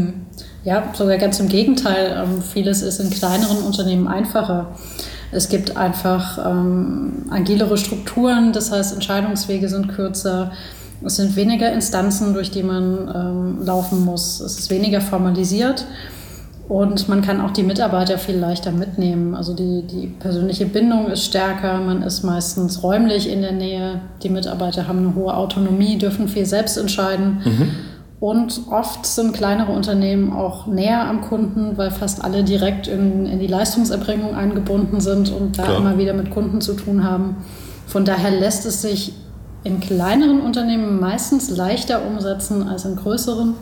Ja, sogar ganz im Gegenteil. Vieles ist in kleineren Unternehmen einfacher. Es gibt einfach agilere Strukturen, das heißt Entscheidungswege sind kürzer. Es sind weniger Instanzen, durch die man laufen muss. Es ist weniger formalisiert. Und man kann auch die Mitarbeiter viel leichter mitnehmen. Also die persönliche Bindung ist stärker, man ist meistens räumlich in der Nähe. Die Mitarbeiter haben eine hohe Autonomie, dürfen viel selbst entscheiden. Und oft sind kleinere Unternehmen auch näher am Kunden, weil fast alle direkt in die Leistungserbringung eingebunden sind und da immer wieder mit Kunden zu tun haben. Von daher lässt es sich in kleineren Unternehmen meistens leichter umsetzen als in größeren,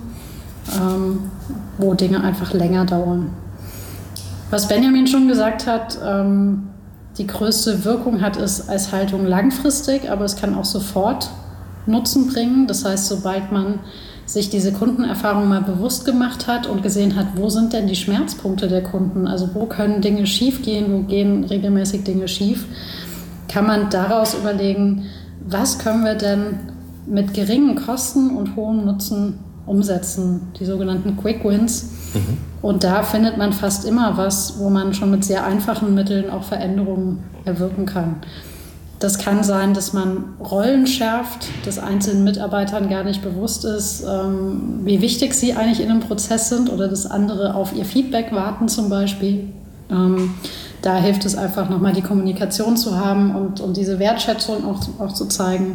wo Dinge einfach länger dauern. Was Benjamin schon gesagt hat, die größte Wirkung hat es als Haltung langfristig, aber es kann auch sofort Nutzen bringen. Das heißt, sobald man sich diese Kundenerfahrung mal bewusst gemacht hat und gesehen hat, wo sind denn die Schmerzpunkte der Kunden, also wo können Dinge schief gehen, wo gehen regelmäßig Dinge schief, kann man daraus überlegen, was können wir denn mit geringen Kosten und hohem Nutzen umsetzen, die sogenannten Quick Wins. Und da findet man fast immer was, wo man schon mit sehr einfachen Mitteln auch Veränderungen erwirken kann. Das kann sein, dass man Rollen schärft, dass einzelnen Mitarbeitern gar nicht bewusst ist, wie wichtig sie eigentlich in einem Prozess sind oder dass andere auf ihr Feedback warten zum Beispiel. Da hilft es einfach nochmal die Kommunikation zu haben und diese Wertschätzung auch zu zeigen.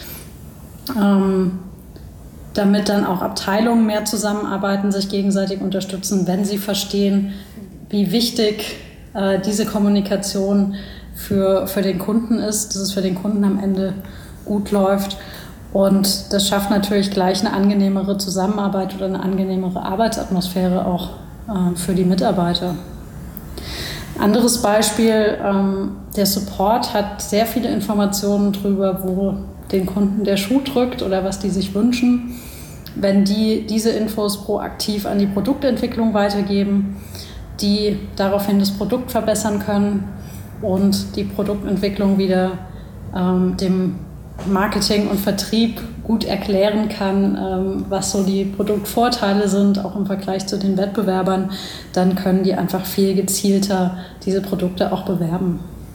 Damit dann auch Abteilungen mehr zusammenarbeiten, sich gegenseitig unterstützen, wenn sie verstehen, wie wichtig diese Kommunikation für den Kunden ist, dass es für den Kunden am Ende gut läuft. Und das schafft natürlich gleich eine angenehmere Zusammenarbeit oder eine angenehmere Arbeitsatmosphäre auch für die Mitarbeiter. Anderes Beispiel, der Support hat sehr viele Informationen darüber, wo den Kunden der Schuh drückt oder was die sich wünschen. Wenn die diese Infos proaktiv an die Produktentwicklung weitergeben, die daraufhin das Produkt verbessern können und die Produktentwicklung wieder dem Marketing und Vertrieb gut erklären kann, was so die Produktvorteile sind, auch im Vergleich zu den Wettbewerbern, dann können die einfach viel gezielter diese Produkte auch bewerben.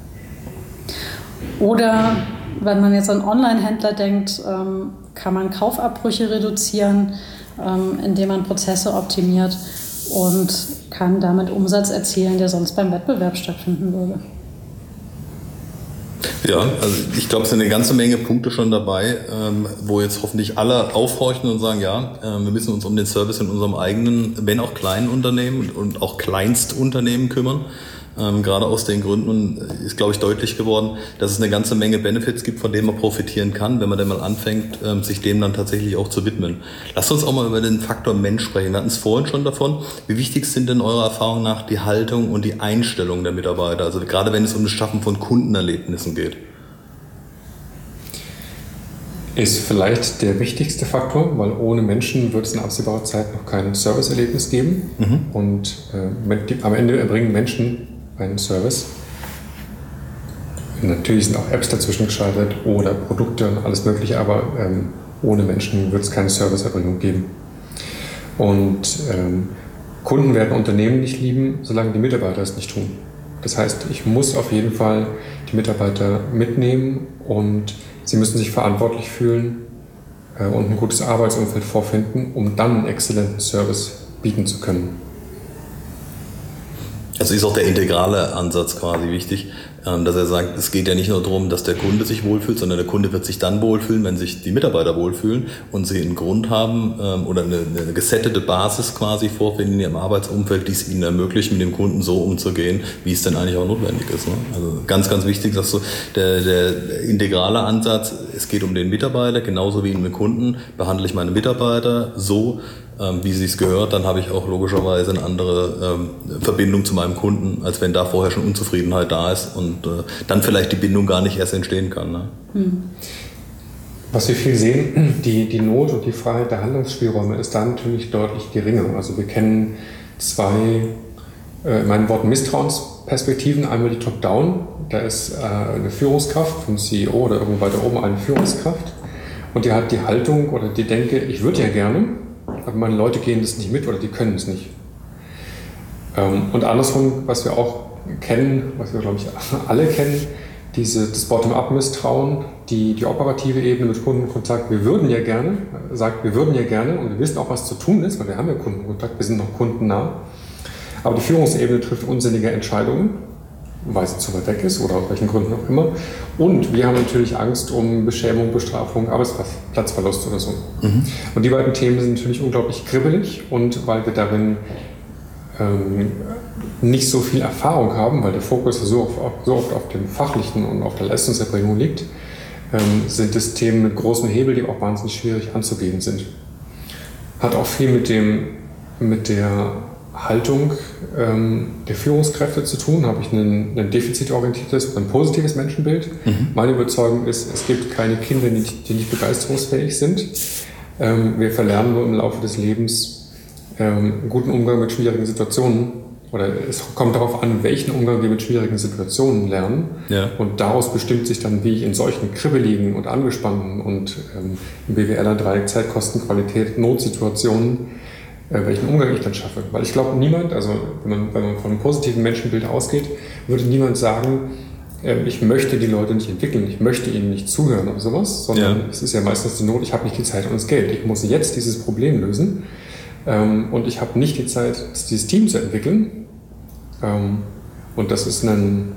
Oder wenn man jetzt an Online-Händler denkt, kann man Kaufabbrüche reduzieren, indem man Prozesse optimiert und kann damit Umsatz erzielen, der sonst beim Wettbewerb stattfinden würde. Ja, also ich glaube, es sind eine ganze Menge Punkte schon dabei, wo jetzt hoffentlich alle aufhorchen und sagen, ja, wir müssen uns um den Service in unserem eigenen, wenn auch kleinen Unternehmen und auch Kleinstunternehmen kümmern. Gerade aus den Gründen ist, glaube ich, deutlich geworden, dass es eine ganze Menge Benefits gibt, von denen man profitieren kann, wenn man dann mal anfängt, sich dem dann tatsächlich auch zu widmen. Lasst uns auch mal über den Faktor Mensch sprechen. Wir hatten es vorhin schon davon. Wie wichtig sind denn eurer Erfahrung nach die Haltung und die Einstellung der Mitarbeiter? Also gerade wenn es um das Schaffen von Kundenerlebnissen geht. Ist vielleicht der wichtigste Faktor, weil ohne Menschen wird es in absehbarer Zeit noch kein Serviceerlebnis geben. Und am Ende erbringen Menschen einen Service. Natürlich sind auch Apps dazwischen geschaltet oder Produkte und alles Mögliche, aber ohne Menschen wird es keine Serviceerbringung geben. Und Kunden werden Unternehmen nicht lieben, solange die Mitarbeiter es nicht tun. Das heißt, ich muss auf jeden Fall die Mitarbeiter mitnehmen und sie müssen sich verantwortlich fühlen und ein gutes Arbeitsumfeld vorfinden, um dann einen exzellenten Service bieten zu können. Also ist auch der integrale Ansatz quasi wichtig, dass er sagt, es geht ja nicht nur darum, dass der Kunde sich wohlfühlt, sondern der Kunde wird sich dann wohlfühlen, wenn sich die Mitarbeiter wohlfühlen und sie einen Grund haben oder eine gesettete Basis quasi vorfinden in ihrem Arbeitsumfeld, die es ihnen ermöglicht, mit dem Kunden so umzugehen, wie es denn eigentlich auch notwendig ist. Ne? Also ganz, ganz wichtig, dass so der integrale Ansatz, es geht um den Mitarbeiter, genauso wie um den Kunden, behandle ich meine Mitarbeiter so, wie sie es gehört, dann habe ich auch logischerweise eine andere Verbindung zu meinem Kunden, als wenn da vorher schon Unzufriedenheit da ist und dann vielleicht die Bindung gar nicht erst entstehen kann. Ne? Was wir viel sehen, die Not und die Freiheit der Handlungsspielräume ist da natürlich deutlich geringer. Also wir kennen zwei, in meinen Worten, Misstrauensperspektiven. Einmal die Top-Down, da ist eine Führungskraft vom CEO oder irgendwo weiter oben eine Führungskraft und die hat die Haltung oder die Denke, ich würde ja gerne, aber meine Leute gehen das nicht mit oder die können es nicht. Und andersrum, was wir auch kennen, was wir glaube ich alle kennen, das Bottom-up-Misstrauen, die operative Ebene mit Kundenkontakt, wir würden ja gerne, sagt, wir würden ja gerne und wir wissen auch, was zu tun ist, weil wir haben ja Kundenkontakt, wir sind noch kundennah. Aber die Führungsebene trifft unsinnige Entscheidungen, weil sie zu weit weg ist oder aus welchen Gründen auch immer. Und wir haben natürlich Angst um Beschämung, Bestrafung, Arbeitsplatzverlust oder so. Und die beiden Themen sind natürlich unglaublich kribbelig und weil wir darin nicht so viel Erfahrung haben, weil der Fokus so oft auf dem Fachlichen und auf der Leistungserbringung liegt, sind es Themen mit großem Hebel, die auch wahnsinnig schwierig anzugehen sind. Hat auch viel mit der Haltung der Führungskräfte zu tun, habe ich ein defizitorientiertes, ein positives Menschenbild. Meine Überzeugung ist, es gibt keine Kinder, die nicht begeisterungsfähig sind. Wir verlernen nur im Laufe des Lebens einen guten Umgang mit schwierigen Situationen. Oder es kommt darauf an, welchen Umgang wir mit schwierigen Situationen lernen. Ja. Und daraus bestimmt sich dann, wie ich in solchen kribbeligen und angespannten und im BWLer-Dreieck Zeit, Kosten, Qualität, Notsituationen, welchen Umgang ich dann schaffe. Weil ich glaube, niemand, also wenn man von einem positiven Menschenbild ausgeht, würde niemand sagen, ich möchte die Leute nicht entwickeln, ich möchte ihnen nicht zuhören oder sowas, sondern es ist ja meistens die Not, ich habe nicht die Zeit und das Geld. Ich muss jetzt dieses Problem lösen und ich habe nicht die Zeit, dieses Team zu entwickeln. Und das ist ein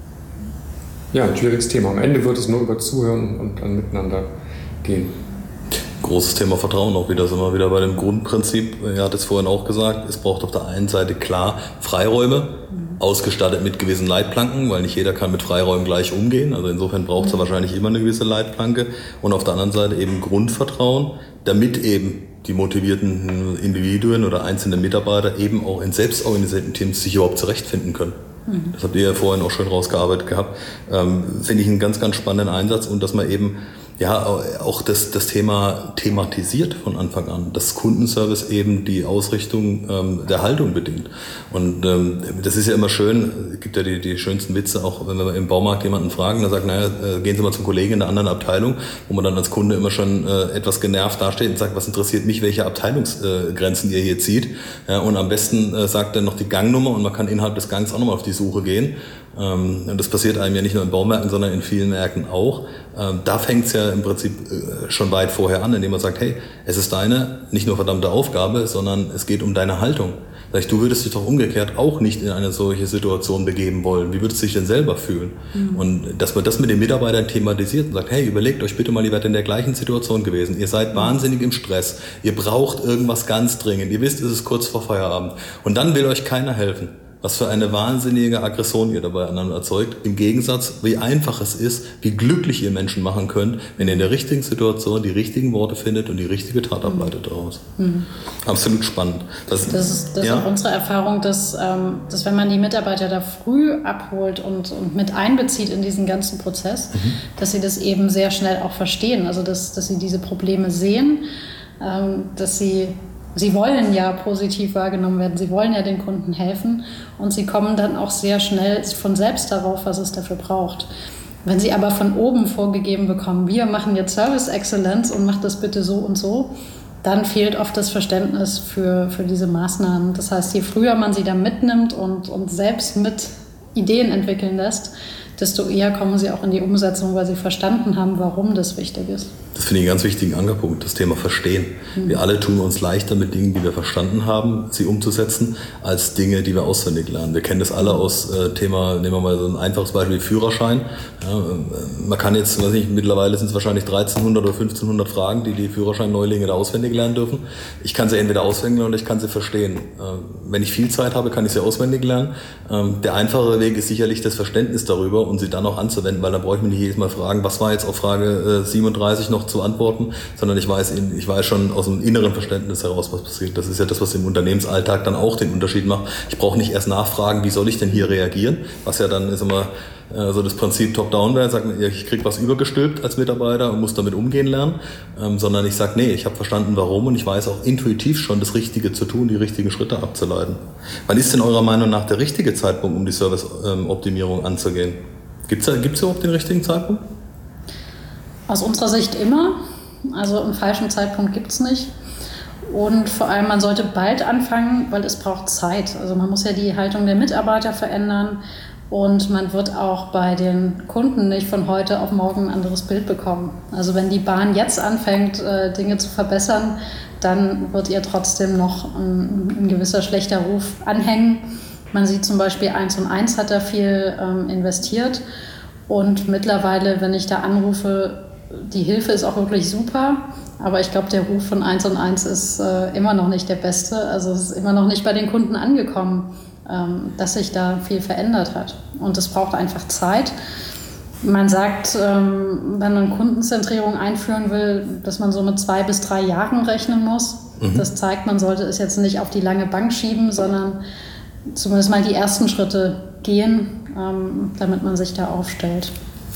schwieriges Thema. Am Ende wird es nur über Zuhören und dann miteinander gehen. Großes Thema Vertrauen auch wieder, sind wir wieder bei dem Grundprinzip. Er hat es vorhin auch gesagt, es braucht auf der einen Seite klar Freiräume, ausgestattet mit gewissen Leitplanken, weil nicht jeder kann mit Freiräumen gleich umgehen. Also insofern braucht es wahrscheinlich immer eine gewisse Leitplanke. Und auf der anderen Seite eben Grundvertrauen, damit eben die motivierten Individuen oder einzelne Mitarbeiter eben auch in selbstorganisierten Teams sich überhaupt zurechtfinden können. Das habt ihr ja vorhin auch schon rausgearbeitet gehabt. Finde ich einen ganz, ganz spannenden Einsatz und dass man eben auch das Thema thematisiert von Anfang an, dass Kundenservice eben die Ausrichtung der Haltung bedingt. Und das ist ja immer schön, es gibt ja die schönsten Witze, auch wenn wir im Baumarkt jemanden fragen, der sagt, gehen Sie mal zum Kollegen in einer anderen Abteilung, wo man dann als Kunde immer schon etwas genervt dasteht und sagt, was interessiert mich, welche Abteilungsgrenzen ihr hier zieht. Ja, und am besten sagt er noch die Gangnummer und man kann innerhalb des Gangs auch nochmal auf die Suche gehen. Und das passiert einem ja nicht nur in Baumärkten, sondern in vielen Märkten auch. Da fängt es ja im Prinzip schon weit vorher an, indem man sagt, hey, es ist deine nicht nur verdammte Aufgabe, sondern es geht um deine Haltung. Du würdest dich doch umgekehrt auch nicht in eine solche Situation begeben wollen. Wie würdest du dich denn selber fühlen? Und dass man das mit den Mitarbeitern thematisiert und sagt, hey, überlegt euch bitte mal, ihr werdet in der gleichen Situation gewesen. Ihr seid wahnsinnig im Stress. Ihr braucht irgendwas ganz dringend. Ihr wisst, es ist kurz vor Feierabend. Und dann will euch keiner helfen. Was für eine wahnsinnige Aggression ihr dabei aneinander erzeugt. Im Gegensatz, wie einfach es ist, wie glücklich ihr Menschen machen könnt, wenn ihr in der richtigen Situation die richtigen Worte findet und die richtige Tat ableitet daraus. Absolut spannend. Das ist auch unsere Erfahrung, dass wenn man die Mitarbeiter da früh abholt und mit einbezieht in diesen ganzen Prozess, dass sie das eben sehr schnell auch verstehen. Also dass sie diese Probleme sehen, dass Sie wollen ja positiv wahrgenommen werden, sie wollen ja den Kunden helfen und sie kommen dann auch sehr schnell von selbst darauf, was es dafür braucht. Wenn sie aber von oben vorgegeben bekommen, wir machen jetzt Service Excellence und macht das bitte so und so, dann fehlt oft das Verständnis für diese Maßnahmen. Das heißt, je früher man sie da mitnimmt und selbst mit Ideen entwickeln lässt, desto eher kommen sie auch in die Umsetzung, weil sie verstanden haben, warum das wichtig ist. Das finde ich einen ganz wichtigen Ankerpunkt, das Thema Verstehen. Wir alle tun uns leichter mit Dingen, die wir verstanden haben, sie umzusetzen, als Dinge, die wir auswendig lernen. Wir kennen das alle aus Thema, nehmen wir mal so ein einfaches Beispiel, Führerschein. Ja, man kann jetzt, weiß nicht, mittlerweile sind es wahrscheinlich 1300 oder 1500 Fragen, die Führerschein-Neulinge da auswendig lernen dürfen. Ich kann sie entweder auswendig lernen oder ich kann sie verstehen. Wenn ich viel Zeit habe, kann ich sie auswendig lernen. Der einfachere Weg ist sicherlich das Verständnis darüber und sie dann auch anzuwenden, weil da brauche ich mich nicht jedes Mal fragen, was war jetzt auf Frage 37 noch zu antworten, sondern ich weiß schon aus dem inneren Verständnis heraus, was passiert. Das ist ja das, was im Unternehmensalltag dann auch den Unterschied macht. Ich brauche nicht erst nachfragen, wie soll ich denn hier reagieren, was ja dann ist immer so das Prinzip Top-Down wäre, sagt, ich kriege was übergestülpt als Mitarbeiter und muss damit umgehen lernen, sondern ich sage, nee, ich habe verstanden, warum und ich weiß auch intuitiv schon, das Richtige zu tun, die richtigen Schritte abzuleiten. Wann ist denn eurer Meinung nach der richtige Zeitpunkt, um die Service-Optimierung anzugehen? Gibt's überhaupt den richtigen Zeitpunkt? Aus unserer Sicht immer. Also einen falschen Zeitpunkt gibt es nicht. Und vor allem, man sollte bald anfangen, weil es braucht Zeit. Also man muss ja die Haltung der Mitarbeiter verändern und man wird auch bei den Kunden nicht von heute auf morgen ein anderes Bild bekommen. Also wenn die Bahn jetzt anfängt, Dinge zu verbessern, dann wird ihr trotzdem noch ein gewisser schlechter Ruf anhängen. Man sieht zum Beispiel 1&1 hat da viel investiert und mittlerweile, wenn ich da anrufe, die Hilfe ist auch wirklich super, aber ich glaube, der Ruf von 1&1 ist immer noch nicht der beste. Also es ist immer noch nicht bei den Kunden angekommen, dass sich da viel verändert hat. Und es braucht einfach Zeit. Man sagt, wenn man Kundenzentrierung einführen will, dass man so mit 2 bis 3 Jahren rechnen muss. Das zeigt, man sollte es jetzt nicht auf die lange Bank schieben, sondern zumindest mal die ersten Schritte gehen, damit man sich da aufstellt.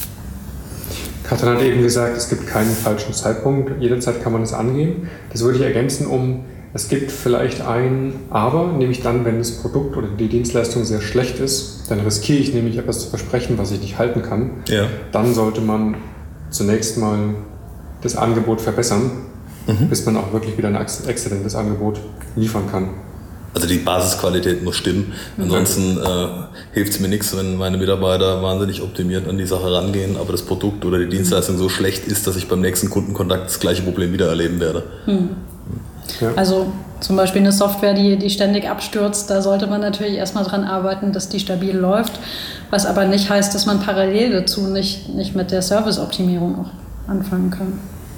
Katrin hat eben gesagt, es gibt keinen falschen Zeitpunkt. Jederzeit kann man es angehen. Das würde ich ergänzen es gibt vielleicht ein Aber, nämlich dann, wenn das Produkt oder die Dienstleistung sehr schlecht ist, dann riskiere ich nämlich etwas zu versprechen, was ich nicht halten kann. Ja. Dann sollte man zunächst mal das Angebot verbessern, bis man auch wirklich wieder ein exzellentes Angebot liefern kann. Also die Basisqualität muss stimmen. Ansonsten hilft es mir nichts, wenn meine Mitarbeiter wahnsinnig optimiert an die Sache rangehen, aber das Produkt oder die Dienstleistung so schlecht ist, dass ich beim nächsten Kundenkontakt das gleiche Problem wieder erleben werde. Ja. Also zum Beispiel eine Software, die ständig abstürzt, da sollte man natürlich erstmal dran arbeiten, dass die stabil läuft, was aber nicht heißt, dass man parallel dazu nicht mit der Serviceoptimierung auch anfangen kann.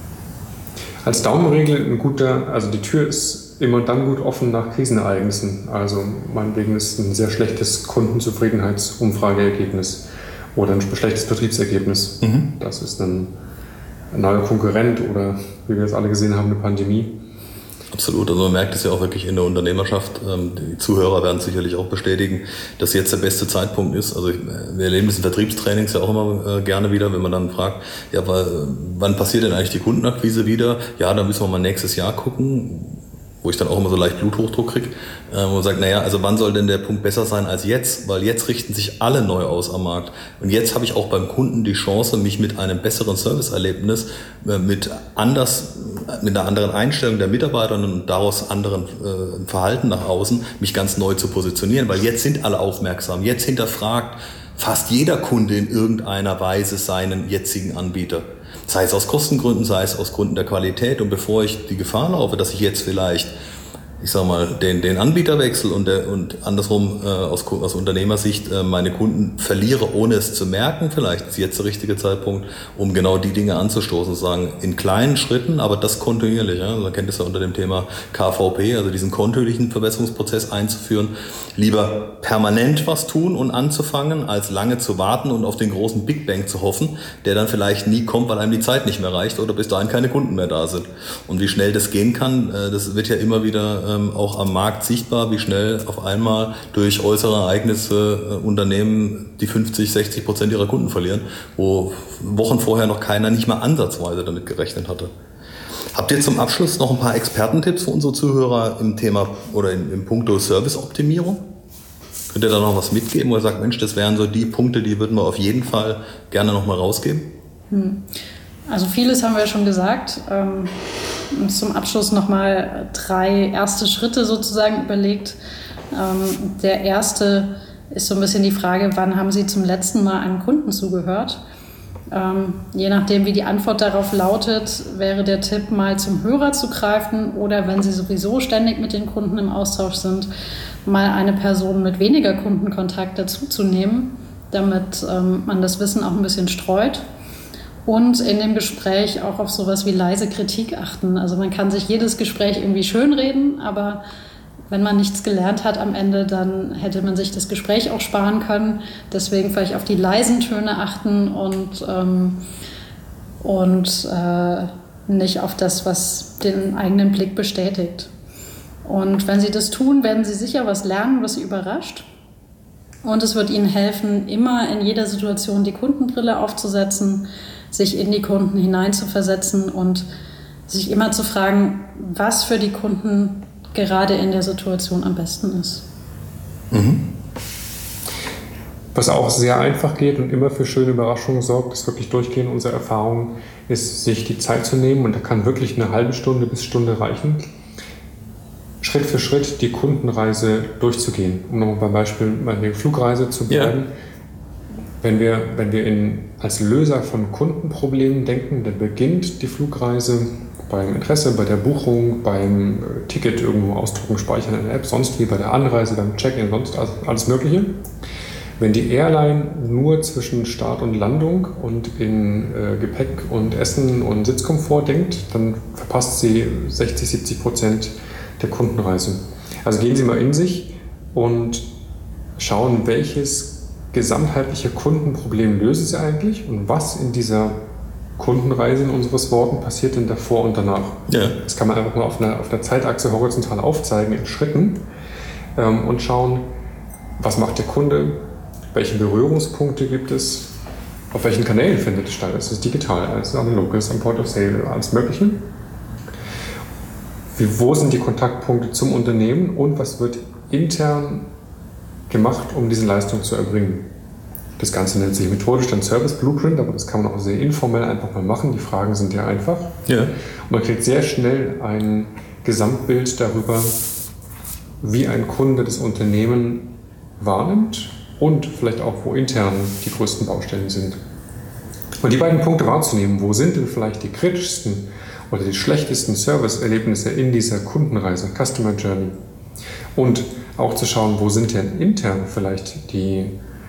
Als Daumenregel die Tür ist immer dann gut offen nach Krisenereignissen. Also meinetwegen ist ein sehr schlechtes Kundenzufriedenheitsumfrageergebnis oder ein schlechtes Betriebsergebnis. Das ist ein neuer Konkurrent oder, wie wir es alle gesehen haben, eine Pandemie. Absolut, also man merkt es ja auch wirklich in der Unternehmerschaft. Die Zuhörer werden sicherlich auch bestätigen, dass jetzt der beste Zeitpunkt ist. Also wir erleben das in Vertriebstrainings ja auch immer gerne wieder, wenn man dann fragt, ja, wann passiert denn eigentlich die Kundenakquise wieder? Ja, da müssen wir mal nächstes Jahr gucken, wo ich dann auch immer so leicht Bluthochdruck kriege und sage, naja, also wann soll denn der Punkt besser sein als jetzt? Weil jetzt richten sich alle neu aus am Markt. Und jetzt habe ich auch beim Kunden die Chance, mich mit einem besseren Serviceerlebnis, mit einer anderen Einstellung der Mitarbeiter und daraus anderen Verhalten nach außen, mich ganz neu zu positionieren. Weil jetzt sind alle aufmerksam. Jetzt hinterfragt fast jeder Kunde in irgendeiner Weise seinen jetzigen Anbieter. Sei es aus Kostengründen, sei es aus Gründen der Qualität. Und bevor ich die Gefahr laufe, dass ich jetzt vielleicht, ich sag mal, den Anbieter wechsle und andersrum aus Unternehmersicht meine Kunden verliere, ohne es zu merken, vielleicht ist jetzt der richtige Zeitpunkt, um genau die Dinge anzustoßen, sagen, in kleinen Schritten, aber das kontinuierlich. Ja? Man kennt es ja unter dem Thema KVP, also diesen kontinuierlichen Verbesserungsprozess einzuführen. Lieber permanent was tun und anzufangen, als lange zu warten und auf den großen Big Bang zu hoffen, der dann vielleicht nie kommt, weil einem die Zeit nicht mehr reicht oder bis dahin keine Kunden mehr da sind. Und wie schnell das gehen kann, das wird ja immer wieder auch am Markt sichtbar, wie schnell auf einmal durch äußere Ereignisse Unternehmen die 50-60% ihrer Kunden verlieren, wo Wochen vorher noch keiner nicht mal ansatzweise damit gerechnet hatte. Habt ihr zum Abschluss noch ein paar Expertentipps für unsere Zuhörer im Thema oder im Punkto Serviceoptimierung? Könnt ihr da noch was mitgeben, wo ihr sagt, Mensch, das wären so die Punkte, die würden wir auf jeden Fall gerne noch mal rausgeben? Also vieles haben wir ja schon gesagt. Zum Abschluss nochmal 3 erste Schritte sozusagen überlegt. Der erste ist so ein bisschen die Frage, wann haben Sie zum letzten Mal einem Kunden zugehört? Je nachdem, wie die Antwort darauf lautet, wäre der Tipp, mal zum Hörer zu greifen oder wenn Sie sowieso ständig mit den Kunden im Austausch sind, mal eine Person mit weniger Kundenkontakt dazuzunehmen, damit man das Wissen auch ein bisschen streut. Und in dem Gespräch auch auf sowas wie leise Kritik achten. Also man kann sich jedes Gespräch irgendwie schönreden, aber wenn man nichts gelernt hat am Ende, dann hätte man sich das Gespräch auch sparen können. Deswegen vielleicht auf die leisen Töne achten und nicht auf das, was den eigenen Blick bestätigt. Und wenn Sie das tun, werden Sie sicher was lernen, was Sie überrascht. Und es wird Ihnen helfen, immer in jeder Situation die Kundenbrille aufzusetzen, sich in die Kunden hineinzuversetzen und sich immer zu fragen, was für die Kunden gerade in der Situation am besten ist. Was auch sehr einfach geht und immer für schöne Überraschungen sorgt, ist wirklich durchgehend unsere Erfahrung, ist, sich die Zeit zu nehmen, und da kann wirklich eine halbe Stunde bis Stunde reichen, Schritt für Schritt die Kundenreise durchzugehen. Um nochmal beim Beispiel bei der Flugreise zu bleiben. Ja. Wenn wir als Löser von Kundenproblemen denken, dann beginnt die Flugreise beim Interesse, bei der Buchung, beim Ticket irgendwo ausdrucken, speichern in der App, sonst wie bei der Anreise, beim Check-in, sonst alles Mögliche. Wenn die Airline nur zwischen Start und Landung und in Gepäck und Essen und Sitzkomfort denkt, dann verpasst sie 60-70% der Kundenreise. Also gehen Sie mal in sich und schauen, welches gesamtheitliche Kundenproblem lösen Sie eigentlich und was in dieser Kundenreise in unseres Worten passiert denn davor und danach. Ja. Das kann man einfach mal auf einer Zeitachse horizontal aufzeigen in Schritten und schauen, was macht der Kunde, welche Berührungspunkte gibt es, auf welchen Kanälen findet es statt. Ist es digital, ist es analog, ist es am Point of Sale, alles Mögliche. Wo sind die Kontaktpunkte zum Unternehmen und was wird intern gemacht, um diese Leistung zu erbringen. Das Ganze nennt sich methodisch dann Service Blueprint, aber das kann man auch sehr informell einfach mal machen. Die Fragen sind ja einfach. Ja. Und man kriegt sehr schnell ein Gesamtbild darüber, wie ein Kunde das Unternehmen wahrnimmt und vielleicht auch, wo intern die größten Baustellen sind. Und die beiden Punkte wahrzunehmen, wo sind denn vielleicht die kritischsten oder die schlechtesten Service-Erlebnisse in dieser Kundenreise, Customer Journey, und auch zu schauen, wo sind denn intern vielleicht die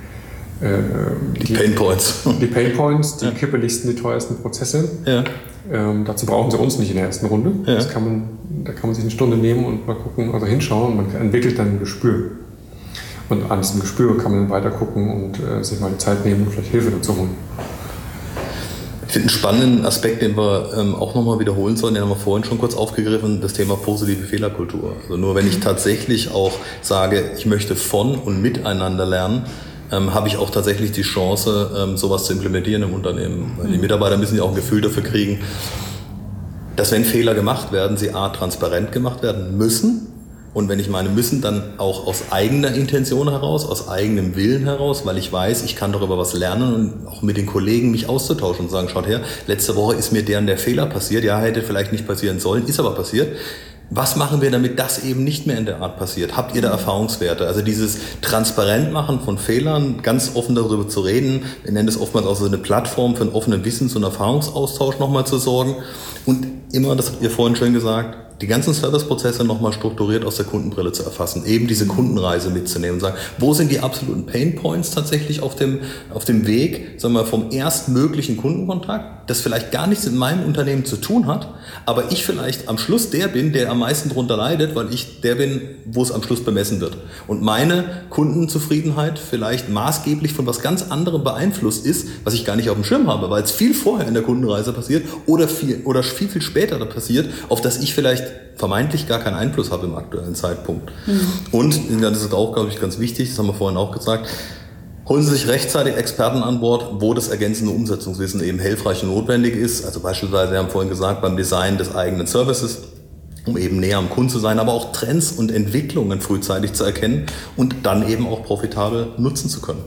Pain Points. Die Pain Points, die kippeligsten, die teuersten Prozesse. Ja. Dazu brauchen Sie uns nicht in der ersten Runde. Ja. Da kann man sich eine Stunde nehmen und mal gucken, also hinschauen, und man entwickelt dann ein Gespür. Und an diesem Gespür kann man dann weiter gucken und sich mal die Zeit nehmen und vielleicht Hilfe dazu holen. Ich finde einen spannenden Aspekt, den wir auch nochmal wiederholen sollen, den haben wir vorhin schon kurz aufgegriffen, das Thema positive Fehlerkultur. Also nur wenn ich tatsächlich auch sage, ich möchte von und miteinander lernen, habe ich auch tatsächlich die Chance, sowas zu implementieren im Unternehmen. Weil die Mitarbeiter müssen ja auch ein Gefühl dafür kriegen, dass wenn Fehler gemacht werden, sie transparent gemacht werden müssen. Und wenn ich meine müssen, dann auch aus eigener Intention heraus, aus eigenem Willen heraus, weil ich weiß, ich kann darüber was lernen und auch mit den Kollegen mich auszutauschen und sagen, schaut her, letzte Woche ist mir der und der Fehler passiert. Ja, hätte vielleicht nicht passieren sollen, ist aber passiert. Was machen wir, damit das eben nicht mehr in der Art passiert? Habt ihr da Erfahrungswerte? Also dieses Transparentmachen von Fehlern, ganz offen darüber zu reden. Wir nennen es oftmals auch so eine Plattform für einen offenen Wissens- und Erfahrungsaustausch nochmal zu sorgen. Und immer, das habt ihr vorhin schön gesagt, die ganzen Serviceprozesse nochmal strukturiert aus der Kundenbrille zu erfassen, eben diese Kundenreise mitzunehmen und sagen, wo sind die absoluten Painpoints tatsächlich auf dem Weg, sagen wir, vom erstmöglichen Kundenkontakt, das vielleicht gar nichts mit meinem Unternehmen zu tun hat, aber ich vielleicht am Schluss der bin, der am meisten drunter leidet, weil ich der bin, wo es am Schluss bemessen wird. Und meine Kundenzufriedenheit vielleicht maßgeblich von was ganz anderem beeinflusst ist, was ich gar nicht auf dem Schirm habe, weil es viel vorher in der Kundenreise passiert oder viel später da passiert, auf das ich vielleicht vermeintlich gar keinen Einfluss habe im aktuellen Zeitpunkt. Und, das ist auch, glaube ich, ganz wichtig, das haben wir vorhin auch gesagt, holen Sie sich rechtzeitig Experten an Bord, wo das ergänzende Umsetzungswissen eben hilfreich und notwendig ist. Also beispielsweise, wir haben vorhin gesagt, beim Design des eigenen Services, um eben näher am Kunden zu sein, aber auch Trends und Entwicklungen frühzeitig zu erkennen und dann eben auch profitabel nutzen zu können.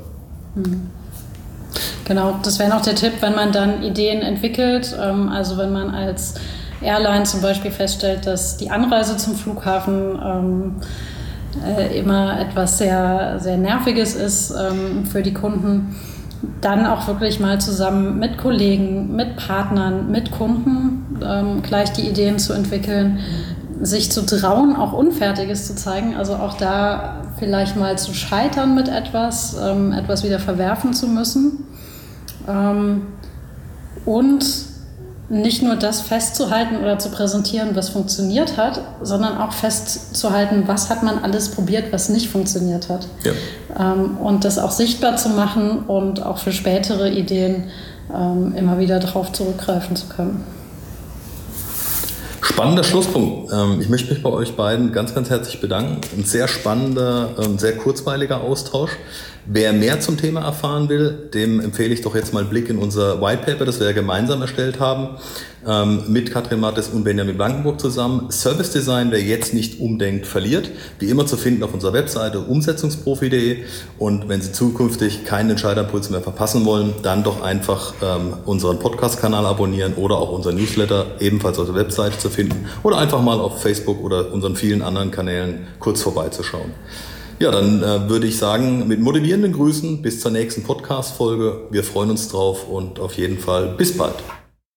Genau, das wäre noch der Tipp, wenn man dann Ideen entwickelt, also wenn man als Airline zum Beispiel feststellt, dass die Anreise zum Flughafen immer etwas sehr, sehr Nerviges ist für die Kunden, dann auch wirklich mal zusammen mit Kollegen, mit Partnern, mit Kunden gleich die Ideen zu entwickeln, sich zu trauen, auch Unfertiges zu zeigen, also auch da vielleicht mal zu scheitern mit etwas wieder verwerfen zu müssen und nicht nur das festzuhalten oder zu präsentieren, was funktioniert hat, sondern auch festzuhalten, was hat man alles probiert, was nicht funktioniert hat. Ja. Und das auch sichtbar zu machen und auch für spätere Ideen immer wieder darauf zurückgreifen zu können. Spannender Schlusspunkt. Ich möchte mich bei euch beiden ganz, ganz herzlich bedanken. Ein sehr spannender, sehr kurzweiliger Austausch. Wer mehr zum Thema erfahren will, dem empfehle ich doch jetzt mal einen Blick in unser White Paper, das wir ja gemeinsam erstellt haben, mit Katrin Mattes und Benjamin Blankenburg zusammen. Service Design, wer jetzt nicht umdenkt, verliert. Wie immer zu finden auf unserer Webseite umsetzungsprofi.de. Und wenn Sie zukünftig keinen Entscheiderimpuls mehr verpassen wollen, dann doch einfach unseren Podcast-Kanal abonnieren oder auch unseren Newsletter ebenfalls auf der Webseite zu finden oder einfach mal auf Facebook oder unseren vielen anderen Kanälen kurz vorbeizuschauen. Ja, dann würde ich sagen, mit motivierenden Grüßen bis zur nächsten Podcast-Folge. Wir freuen uns drauf und auf jeden Fall bis bald.